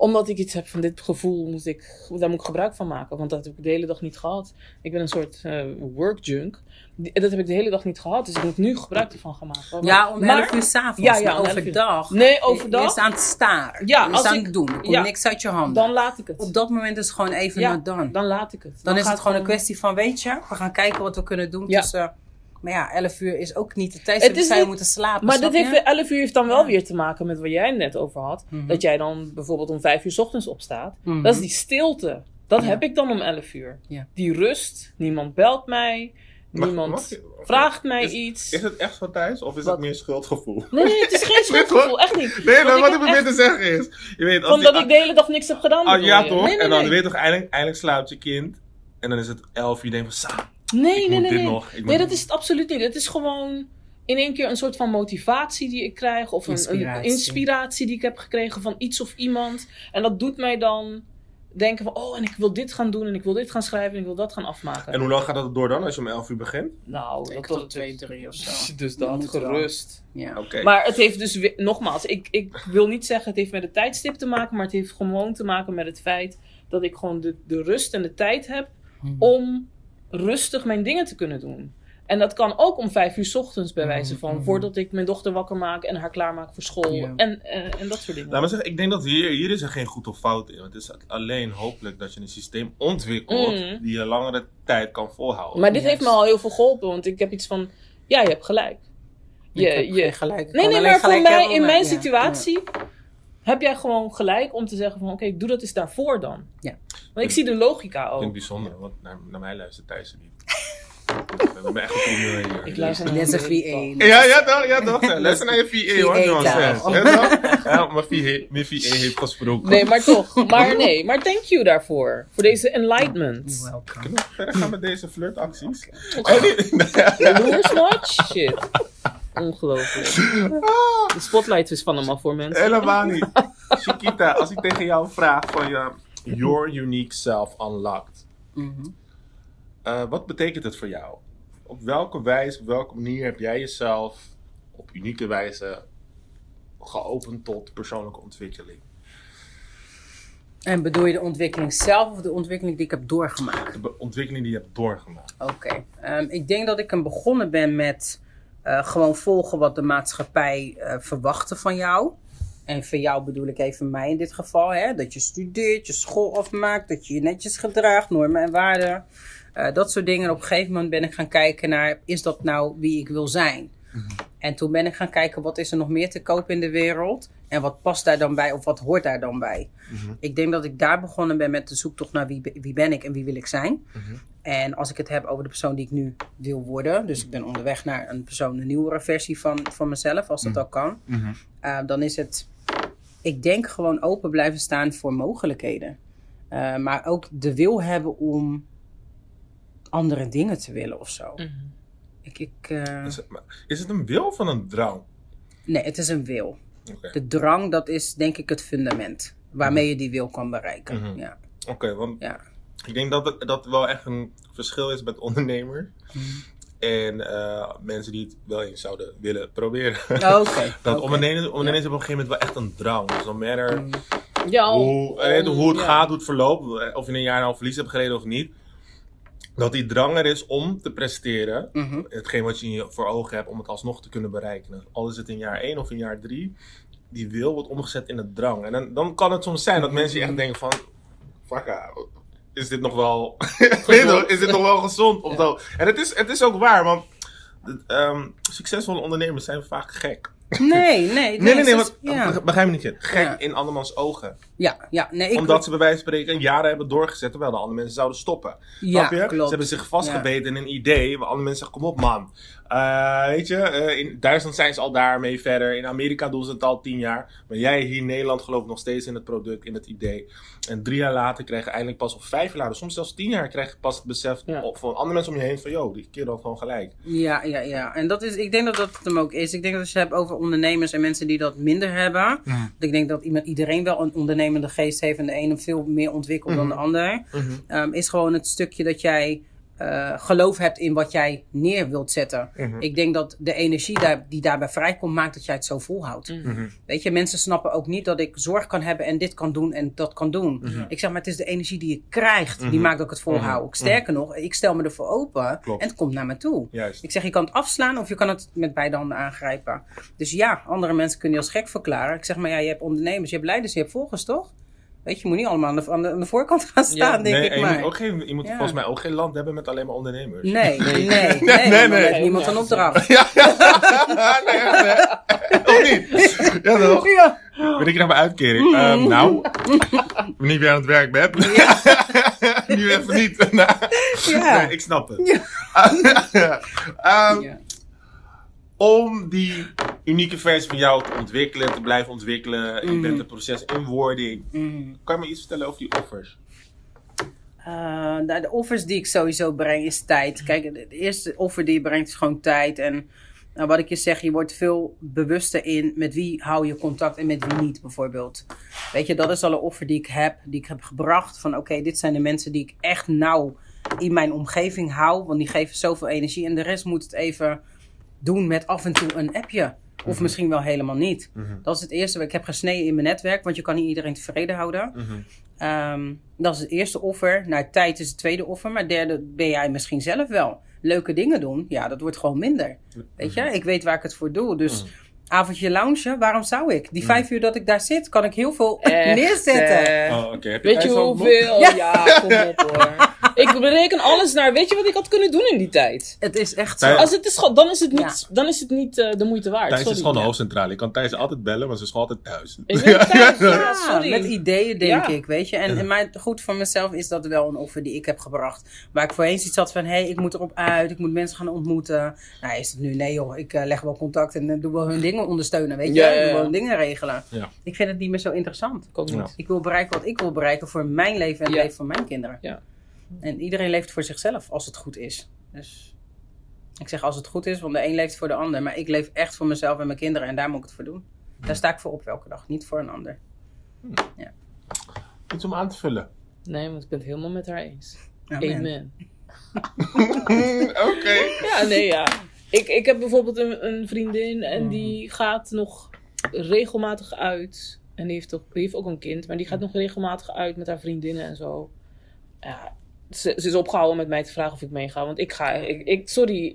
Omdat ik iets heb van dit gevoel, moet ik, daar moet ik gebruik van maken. Want dat heb ik de hele dag niet gehad. Ik ben een soort uh, work junk. Dat heb ik de hele dag niet gehad. Dus ik moet nu gebruik ervan gaan maken. Ja, om elf uur s'avonds. Ja, ja, maar overdag. Nee, overdag. Eerst aan het staren. Ja, Eerst als aan ik, het doen. Er komt ja, niks uit je handen. Dan laat ik het. Op dat moment is het gewoon even ja, naar dan. Dan laat ik het. Dan, dan is het gewoon een gewoon... kwestie van, weet je, we gaan kijken wat we kunnen doen ja. tussen... Maar ja, elf uur is ook niet de tijd dat zij moeten slapen. Maar dit heeft, elf uur heeft dan wel ja. weer te maken met wat jij net over had. Mm-hmm. Dat jij dan bijvoorbeeld om vijf uur 's ochtends opstaat. Mm-hmm. Dat is die stilte. Dat ja. heb ik dan om elf uur. Ja. Die rust. Niemand belt mij. Niemand mag, mag je, okay. vraagt mij is, iets. Is het echt zo thuis? Of is wat? het meer schuldgevoel? Nee, nee, het is geen schuldgevoel. Echt niet. Nee, nou, wat ik probeer te zeggen is... Je weet, als omdat die, ik de hele dag niks heb gedaan. Ah, ja, toch? Nee, nee, en dan nee. weet je toch, eindelijk, eindelijk slaapt je kind. En dan is het elf uur. Denk van, sa, nee, ik nee, moet nee. dit Nee, nog. Ik nee dat is het absoluut niet. Het is gewoon... in één keer een soort van motivatie die ik krijg. Of een inspiratie. een inspiratie die ik heb gekregen van iets of iemand. En dat doet mij dan denken van... oh, en ik wil dit gaan doen en ik wil dit gaan schrijven en ik wil dat gaan afmaken. En hoe lang gaat dat door dan als je om elf uur begint? Nou, dat tot twee, drie of zo. Dus dat, gerust. Ja. Okay. Maar het heeft dus, weer, nogmaals, ik, ik wil niet zeggen het heeft met het tijdstip te maken. Maar het heeft gewoon te maken met het feit dat ik gewoon de, de rust en de tijd heb hmm. om rustig mijn dingen te kunnen doen. En dat kan ook om vijf uur 's ochtends bij wijze van. Mm-hmm. Voordat ik mijn dochter wakker maak en haar klaarmaak voor school. Yeah. En, uh, en dat soort dingen. Laat maar zeggen, ik denk dat hier, hier is er geen goed of fout in. Het is alleen hopelijk dat je een systeem ontwikkelt. Mm. Die je langere tijd kan volhouden. Maar dit yes. heeft me al heel veel geholpen. Want ik heb iets van, ja, je hebt gelijk. Je, ik heb je, geen gelijk. Nee, nee, maar voor mij, in mijn ja. situatie... Ja. heb jij gewoon gelijk om te zeggen van... oké, okay, doe dat eens daarvoor dan. Ja. Want ik zie de logica ook. Ik vind het bijzonder, want naar, naar mij luistert Thijs niet. We hebben echt een hier. Ik luister naar een V A. Ja, ja, toch, ja, toch. Luister naar je V A, hoor. Ja, maar V A heeft gesproken. Nee, maar toch. Maar nee, maar thank you daarvoor. Voor deze enlightenment. Welcome. Kunnen we verder gaan met deze flirtacties? Jaloerswatch? Shit. Ongelooflijk. De spotlight is van hem al voor mensen. Helemaal niet. Chiquita, als ik tegen jou vraag van je... Your unique self unlocked. Mm-hmm. Uh, wat betekent het voor jou? Op welke wijze, op welke manier heb jij jezelf op unieke wijze geopend tot persoonlijke ontwikkeling? En bedoel je de ontwikkeling zelf of de ontwikkeling die ik heb doorgemaakt? De ontwikkeling die je hebt doorgemaakt. Oké. Okay. Um, ik denk dat ik hem begonnen ben met uh, gewoon volgen wat de maatschappij uh, verwachtte van jou. En voor jou bedoel ik even mij in dit geval. Hè? Dat je studeert, je school afmaakt, dat je je netjes gedraagt, normen en waarden. Uh, dat soort dingen. En op een gegeven moment ben ik gaan kijken naar, is dat nou wie ik wil zijn? Mm-hmm. En toen ben ik gaan kijken, wat is er nog meer te koop in de wereld? En wat past daar dan bij of wat hoort daar dan bij? Mm-hmm. Ik denk dat ik daar begonnen ben met de zoektocht naar wie, wie ben ik en wie wil ik zijn. Mm-hmm. En als ik het heb over de persoon die ik nu wil worden. Dus ik ben onderweg naar een persoon, een nieuwere versie van, van mezelf, als dat mm-hmm. ook kan. Mm-hmm. Uh, dan is het, ik denk gewoon open blijven staan voor mogelijkheden. Uh, maar ook de wil hebben om andere dingen te willen of zo. Mm-hmm. Ik, ik, uh... is, het, is het een wil of een drang? Nee, het is een wil. Okay. De drang, dat is denk ik het fundament. Waarmee mm-hmm. je die wil kan bereiken. Mm-hmm. Ja. Oké, okay, want ja. ik denk dat het dat wel echt een verschil is met ondernemers. Mm-hmm. En uh, mensen die het wel eens zouden willen proberen. Oh, okay. dat okay. ondernemers, ondernemers ja. hebben op een gegeven moment wel echt een drang. Dus no matter mm-hmm. ja, hoe, uh, hoe het ja. gaat, hoe het verloopt. Of je een jaar nou verlies hebt gereden of niet. Dat die drang er is om te presteren. Mm-hmm. Hetgeen wat je voor ogen hebt om het alsnog te kunnen bereiken. Al is het in jaar één of in jaar drie. Die wil wordt omgezet in het drang. En dan, dan kan het soms zijn dat mensen echt denken van... Fuck, is dit nog wel... is dit nog wel gezond? Of ja. zo. En het is, het is ook waar, want... Um, succesvolle ondernemers zijn vaak gek. Nee, nee. nee, nee, nee, nee want, ja. begrijp me niet. Gek ja. in andermans ogen. Ja, ja. Nee, ik Omdat ze bij wijze van spreken jaren hebben doorgezet, terwijl de andere mensen zouden stoppen. Ja, je? klopt. Ze hebben zich vastgebeten ja. in een idee, waar andere mensen zeggen, kom op man. Uh, weet je, uh, in Duitsland zijn ze al daarmee verder. In Amerika doen ze het al tien jaar. Maar jij hier in Nederland gelooft nog steeds in het product, in het idee. En drie jaar later krijg je eindelijk pas, of vijf jaar later, soms zelfs tien jaar, krijg je pas het besef ja. van andere mensen om je heen van, joh, die keer dan gewoon gelijk. Ja, ja, ja. En dat is, ik denk dat dat het hem ook is. Ik denk dat als je het hebt over ondernemers en mensen die dat minder hebben. Mm. Dat ik denk dat iedereen wel een ondernemende geest heeft en de ene veel meer ontwikkelt mm-hmm. dan de ander. Mm-hmm. Um, is gewoon het stukje dat jij uh, geloof hebt in wat jij neer wilt zetten. Mhm. Ik denk dat de energie daar, die daarbij vrijkomt, maakt dat jij het zo volhoudt. Mhm. Weet je, mensen snappen ook niet dat ik zorg kan hebben en dit kan doen en dat kan doen. Mhm. Ik zeg maar, het is de energie die je krijgt, die Mhm. maakt dat ik het volhoud. Mhm. Sterker nog, ik stel me ervoor open Klopt. en het komt naar me toe. Juist. Ik zeg, je kan het afslaan of je kan het met beide handen aangrijpen. Dus ja, andere mensen kunnen je als gek verklaren. Ik zeg maar, ja, je hebt ondernemers, je hebt leiders, je hebt volgers, toch? Weet je, je moet niet allemaal aan de, aan de, aan de voorkant gaan staan, Ja. denk Nee, ik en je maar. moet, ook geen, je moet Ja. volgens mij ook geen land hebben met alleen maar ondernemers. Nee, nee, nee. Nee, nee, nee, nee, nee. heeft niemand een opdracht. Ja, ja. Nee, echt, hè? Of niet? Ja, toch? Ja. Ben ik nog mijn uitkering? Ehm, nou, wanneer je aan het werk bent. Nu even niet. Nou, Ja. Nee, ik snap het. Ehm, Ja. Om die unieke versie van jou te ontwikkelen, te blijven ontwikkelen. Je Mm. bent het proces in wording. Mm. Kan je me iets vertellen over die offers? Uh, nou, de offers die ik sowieso breng is tijd. Kijk, de de eerste offer die je brengt is gewoon tijd. En nou, wat ik je zeg, je wordt veel bewuster in met wie hou je contact en met wie niet bijvoorbeeld. Weet je, dat is al een offer die ik heb, die ik heb gebracht. Van oké, okay, dit zijn de mensen die ik echt nauw in mijn omgeving hou. Want die geven zoveel energie. En de rest moet het even doen met af en toe een appje. Of Mhm. misschien wel helemaal niet. Mhm. Dat is het eerste. Ik heb gesneden in mijn netwerk, want je kan niet iedereen tevreden houden. Mhm. Um, dat is het eerste offer. Nou, tijd is het tweede offer. Maar derde ben jij misschien zelf wel. Leuke dingen doen, ja, dat wordt gewoon minder. Weet je, ik weet waar ik het voor doe. Dus Mhm. avondje loungen, waarom zou ik? Die Mhm. vijf uur dat ik daar zit, kan ik heel veel Echt, neerzetten. eh. Oh, oké. Heb Weet je ijs op de mond? hoeveel? Ja. kom op hoor. Ik bereken alles naar. Weet je wat ik had kunnen doen in die tijd? Het is echt zo. Thijs- Als het is, gewoon- dan is het niet, dan is het niet uh, de moeite waard. Thijs Sorry. is gewoon de Ja. hoofdcentrale. Ik kan Thijs altijd bellen, maar ze is gewoon altijd thuis. Ik ben thuis, ja, Ja, sorry. met ideeën, denk Ja. ik, weet je. En, en maar goed, voor mezelf is dat wel een offer die ik heb gebracht. Waar ik voorheen zoiets had van, hé, hey, ik moet erop uit. Ik moet mensen gaan ontmoeten. Nou, is het nu, nee joh, ik uh, leg wel contact en uh, doe wel hun dingen ondersteunen, weet je. Ja, ja, Ik doe ja. wel hun dingen regelen. Ja. Ik vind het niet meer zo interessant. Ik ook niet. Ja. Ik wil bereiken wat ik wil bereiken voor mijn leven en het Ja. leven van mijn kinderen. Ja. En iedereen leeft voor zichzelf als het goed is. Dus ik zeg als het goed is, want de een leeft voor de ander. Maar ik leef echt voor mezelf en mijn kinderen en daar moet ik het voor doen. Daar sta ik voor op elke dag, niet voor een ander. Iets om aan te vullen. Nee, want ik ben het helemaal met haar eens. Amen. Amen. Oké. Ja, nee, ja. Ik, ik heb bijvoorbeeld een, een vriendin en die gaat nog regelmatig uit. En die heeft, ook, die heeft ook een kind, maar die gaat nog regelmatig uit met haar vriendinnen en zo. Ja, ze, ze is opgehouden met mij te vragen of ik meega. Want ik ga, ik, ik, sorry,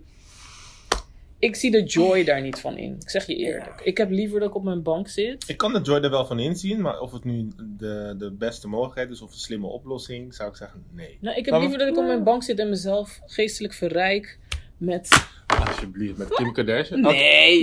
ik zie de joy daar niet van in. Ik zeg je eerlijk. Ik heb liever dat ik op mijn bank zit. Ik kan de joy er wel van inzien, maar of het nu de, de beste mogelijkheid is of een slimme oplossing, zou ik zeggen nee. Nou, ik heb Maar- liever dat ik op mijn bank zit en mezelf geestelijk verrijk met... Alsjeblieft, met Kim Kardashian. Nee,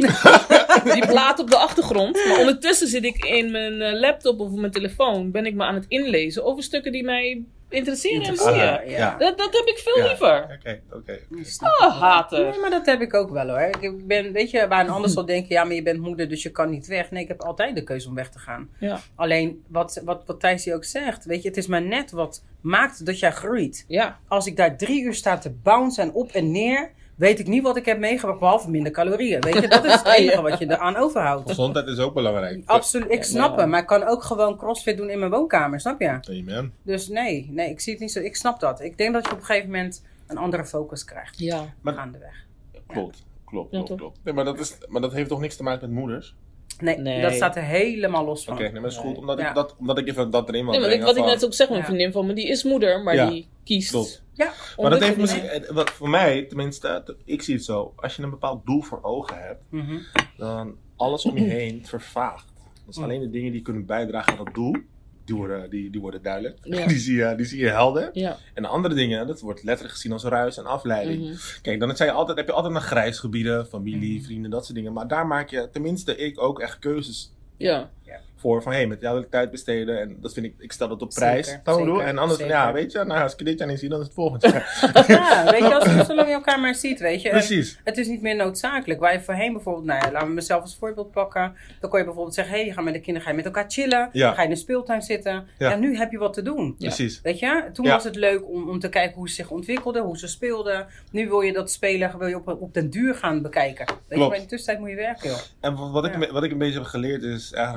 die plaat op de achtergrond. Maar ondertussen zit ik in mijn eh, laptop of op mijn telefoon. Ben ik me aan het inlezen over stukken die mij interesseren en Interessant, boeien. ja. ja. Dat, dat heb ik veel Ja. liever. Oké, oké. Ah, hater. Nee, maar dat heb ik ook wel hoor. Ik ben, weet je, waar een ander zal denken, ja, maar je bent moeder, dus je kan niet weg. Nee, ik heb altijd de keuze om weg te gaan. Ja. Alleen, wat, wat, wat Thijs hier ook zegt, weet je, het is maar net wat maakt dat jij groeit. Ja. Als ik daar drie uur sta te bouncen en op en neer, weet ik niet wat ik heb meegebracht, behalve minder calorieën. Weet je, dat is het enige wat je eraan overhoudt. Gezondheid is ook belangrijk. Absoluut, ik Ja, snap maar- hem, maar ik kan ook gewoon crossfit doen in mijn woonkamer, snap je? Amen. Dus nee, nee, ik zie het niet zo, ik snap dat. Ik denk dat je op een gegeven moment een andere focus krijgt Ja. Maar- gaandeweg. Klopt, klopt, Ja, klopt, toch? klopt. Nee, maar, dat is, maar dat heeft toch niks te maken met moeders? Nee, Nee. dat staat er helemaal los van. Oké, nee, maar dat is goed. Omdat, Ja. ik, dat, omdat ik even dat erin wil Nee, want ik, brengen wat ik van- net ook zeg, mijn Ja. vriendin van me, die is moeder, maar Ja, die kiest. klopt. Ja, om Maar dat dit heeft te misschien, doen. eh, wat voor mij tenminste, t- ik zie het zo. Als je een bepaald doel voor ogen hebt, mhm. dan alles om je heen vervaagt. Dus Mm. alleen de dingen die kunnen bijdragen aan dat doel, die worden, die, die worden duidelijk. Ja. Die, zie je, die zie je helder. Ja. En de andere dingen, dat wordt letterlijk gezien als ruis en afleiding. Mhm. Kijk, dan zijn je altijd, heb je altijd nog grijsgebieden, familie, Mhm. vrienden, dat soort dingen. Maar daar maak je, tenminste ik ook echt keuzes Ja. voor. Van, hé, hey, met jou wil ik tijd besteden. En dat vind ik, ik stel dat op prijs. Zeker, Dat bedoel. zeker, En anders, van, zeker. ja, weet je, nou, als ik dit jaar niet zie, dan is het volgend jaar. Ja, weet je, als, zolang je elkaar maar ziet, weet je. En Precies. het is niet meer noodzakelijk. Waar je voorheen bijvoorbeeld, nou ja, laten we mezelf als voorbeeld pakken. Dan kon je bijvoorbeeld zeggen, hé, hey, je gaat met de kinderen ga je met elkaar chillen. Ja. Ga je in de speeltuin zitten. Ja. Ja, nu heb je wat te doen. Ja. Precies. Weet je, toen Ja. was het leuk om, om te kijken hoe ze zich ontwikkelden, hoe ze speelden. Nu wil je dat spelen, wil je op, op den duur gaan bekijken. Weet je, Klopt. maar in de tussentijd moet je werken, joh. En wat ik, Ja. wat ik een beetje heb geleerd is eigenlijk het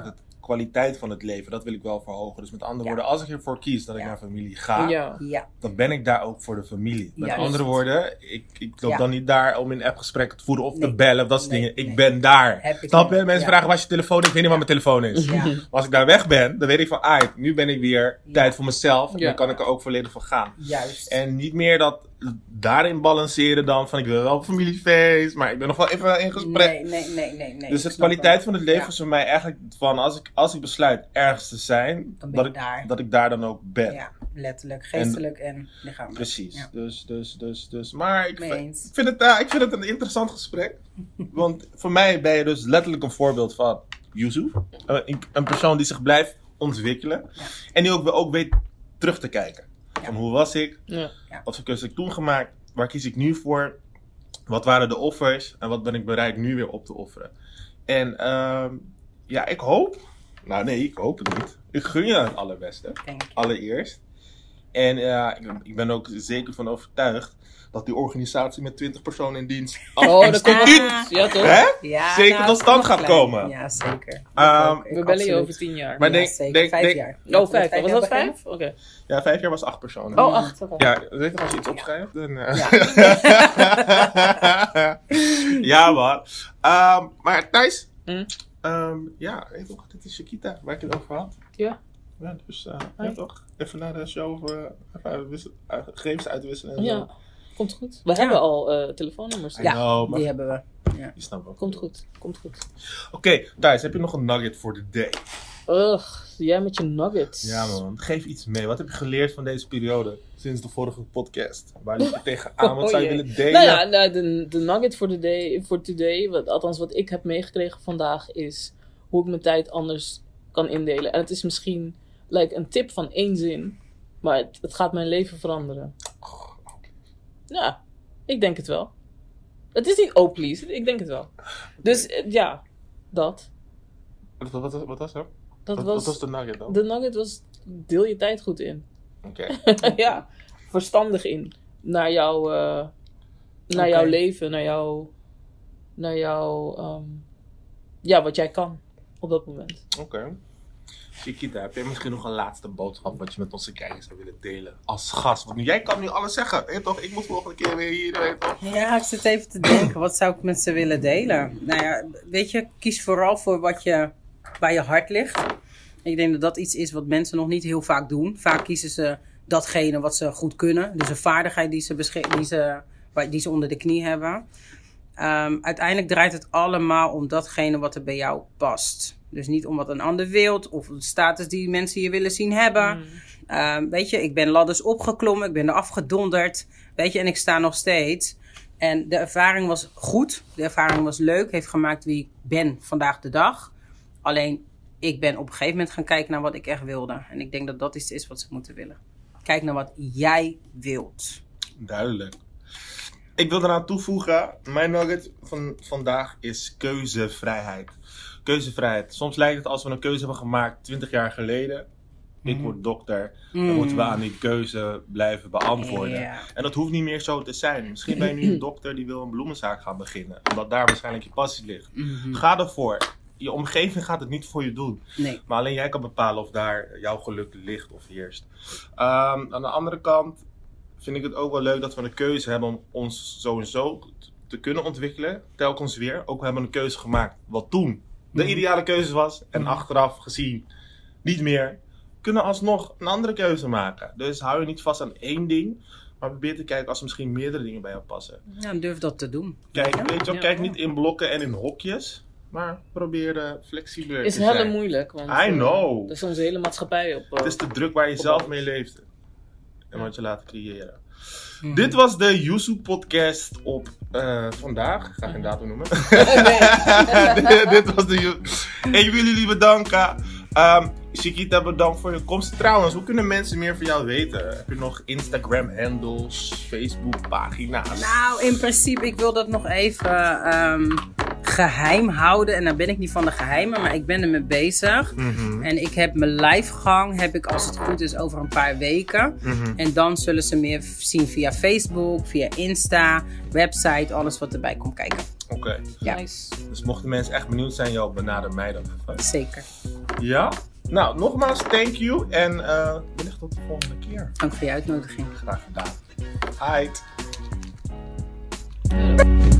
kwaliteit van het leven, dat wil ik wel verhogen. Dus met andere Ja. woorden, als ik ervoor kies dat ik Ja. naar familie ga, Ja. Ja, dan ben ik daar ook voor de familie. Met Juist. andere woorden, ik, ik loop Ja. dan niet daar om in appgesprekken te voeren of te Nee. bellen of dat soort Nee, dingen. Ik nee. ben daar. Heb ik Snap je? niet. Mensen Ja. vragen waar is je telefoon is. Ik weet niet waar mijn telefoon is. Ja. Maar als ik daar weg ben, dan weet ik van, ah, nu ben ik weer Ja. tijd voor mezelf. En Ja. dan kan ik er ook volledig voor gaan. Juist. En niet meer dat daarin balanceren dan van, ik wil wel op familiefeest, maar ik ben nog wel even in gesprek. Nee, nee, nee, nee. nee. Dus de Ik snap kwaliteit het. van het leven Ja. is voor mij eigenlijk van, als ik, als ik besluit ergens te zijn, Dan ben dat je ik, daar. dat ik daar dan ook ben. Ja, letterlijk, geestelijk en, lichamelijk. Precies. Ja. Dus, dus, dus, dus. Maar ik, Mee vind- eens. ik, vind het, uh, ik vind het een interessant gesprek. Want voor mij ben je dus letterlijk een voorbeeld van Yusuf. Uh, een, een persoon die zich blijft ontwikkelen. Ja. En die ook, ook weet terug te kijken. Ja. Van hoe was ik? Ja. Wat voor keuze heb ik toen gemaakt? Waar kies ik nu voor? Wat waren de offers? En wat ben ik bereid nu weer op te offeren? En ehm, ja, ik hoop... Nou nee, ik hoop het niet. Ik gun je het allerbeste. Denk ik. Allereerst. En ja, ik, ik ben ook zeker van overtuigd dat die organisatie met twintig personen in dienst Oh, dat komt Ah. goed. Ja, toch? hè? Ja, zeker nou, tot stand nog gaat klein. komen. Ja, zeker. Ehm, Ik ook. Ik We bellen je absoluut. over tien jaar. Maar Ja, denk- zeker. denk- vijf denk- jaar. Oh, vijf. Was dat jaar vijf? Oké. Ja, vijf jaar was acht personen. Oh, acht. Oké. Ja, zeker als je iets opschrijft. Dan, eh. Ja. ja, man. Ehm, maar Thijs, Hm? ehm, ja, weet je toch, dit is Chiquita, waar ik het over had. Ja. Ja, dus uh, Hoi. ja, toch, even naar de show, uh, even uitwisselen, uh, gegevens uitwisselen en Ja. zo. Komt goed. We hebben al eh, telefoonnummers. I Ja, know, maar die hebben we. Ja. die snappen we. Komt goed. Komt goed. Oké, Thijs, heb je nog een nugget voor de day? Ugh, jij met je nuggets. Ja, man. Geef iets mee. Wat heb je geleerd van deze periode sinds de vorige podcast? Waar liep je tegenaan? Wat Oh, zou je jee. willen delen? Nou ja, nou, de, de nugget voor de day, voor today, wat, althans wat ik heb meegekregen vandaag, is hoe ik mijn tijd anders kan indelen. En het is misschien like, een tip van één zin, maar het, het gaat mijn leven veranderen. Ja, ik denk het wel. Het is niet oh please, ik denk het wel. Dus eh, ja, dat. Wat, wat, wat, wat was dat? Dat wat, was, wat was de nugget dan? de nugget was, deel je tijd goed in. Oké. Ja, verstandig in. Naar jouw, eh, naar Oké. jouw leven, naar jouw, naar jouw, ehm, ja, wat jij kan op dat moment. Oké. Chiquita, heb jij misschien nog een laatste boodschap wat je met onze kijkers zou willen delen? Als gast. Want jij kan nu alles zeggen. Weet je toch? Ik moet volgende keer weer hier. Weet je toch? Ja, ik zit even te denken, wat zou ik met ze willen delen? Nou ja, weet je, kies vooral voor wat je bij je hart ligt. Ik denk dat dat iets is wat mensen nog niet heel vaak doen. Vaak kiezen ze datgene wat ze goed kunnen. Dus een vaardigheid die ze, besche- die ze, waar- die ze onder de knie hebben. Ehm, uiteindelijk draait het allemaal om datgene wat er bij jou past. Dus niet om wat een ander wilt of de status die mensen je willen zien hebben. Ehm, weet je, ik ben ladders opgeklommen, ik ben er afgedonderd. Weet je, en ik sta nog steeds. En de ervaring was goed, de ervaring was leuk, heeft gemaakt wie ik ben vandaag de dag. Alleen, ik ben op een gegeven moment gaan kijken naar wat ik echt wilde. En ik denk dat dat iets is wat ze moeten willen. Kijk naar wat jij wilt. Duidelijk. Ik wil eraan toevoegen, mijn nugget van vandaag is keuzevrijheid. Keuzevrijheid. Soms lijkt het als we een keuze hebben gemaakt twintig jaar geleden. Ik word dokter. Dan moeten we aan die keuze blijven beantwoorden. Ja. En dat hoeft niet meer zo te zijn. Misschien ben je nu een dokter die wil een bloemenzaak gaan beginnen. Omdat daar waarschijnlijk je passie ligt. Mhm. Ga ervoor. Je omgeving gaat het niet voor je doen. Nee. Maar alleen jij kan bepalen of daar jouw geluk ligt of heerst. Ehm, aan de andere kant vind ik het ook wel leuk dat we een keuze hebben om ons sowieso te kunnen ontwikkelen. Telkens weer. Ook we hebben een keuze gemaakt wat toen de Mhm. ideale keuze was. En Mhm. achteraf gezien niet meer. Kunnen alsnog een andere keuze maken. Dus hou je niet vast aan één ding. Maar probeer te kijken als er misschien meerdere dingen bij jou passen. Ja, durf dat te doen. Kijk, Ja. weet je wel, Ja. kijk niet in blokken en in hokjes. Maar probeer uh, flexibeler Is te helle zijn. moeilijk. Want, I eh, know. Dat is onze hele maatschappij op. eh, Het is de druk waar je zelf Opbouw. mee leeft. En wat je laat creëren. Mhm. Dit was de Yusu podcast op uh, vandaag. Ik ga geen datum noemen. dit, dit was de Yusu. Ik wil jullie bedanken. Um, Chiquita, bedankt voor je komst. Trouwens, hoe kunnen mensen meer van jou weten? Heb je nog Instagram handles, Facebook pagina's? Nou, in principe, ik wil dat nog even ehm, geheim houden. En dan ben ik niet van de geheimen, maar ik ben ermee bezig. Mhm, En ik heb mijn livegang, heb ik als het goed is over een paar weken. mhm. En dan zullen ze meer zien via Facebook, via Insta, website, alles wat erbij komt kijken. Oké. Ja. Nice. Dus mochten mensen echt benieuwd zijn, joh, benader mij dan even. Zeker. Ja? Nou, nogmaals, thank you. En uh, wellicht tot de volgende keer. Dank voor je uitnodiging. Graag gedaan. Aight. Ja.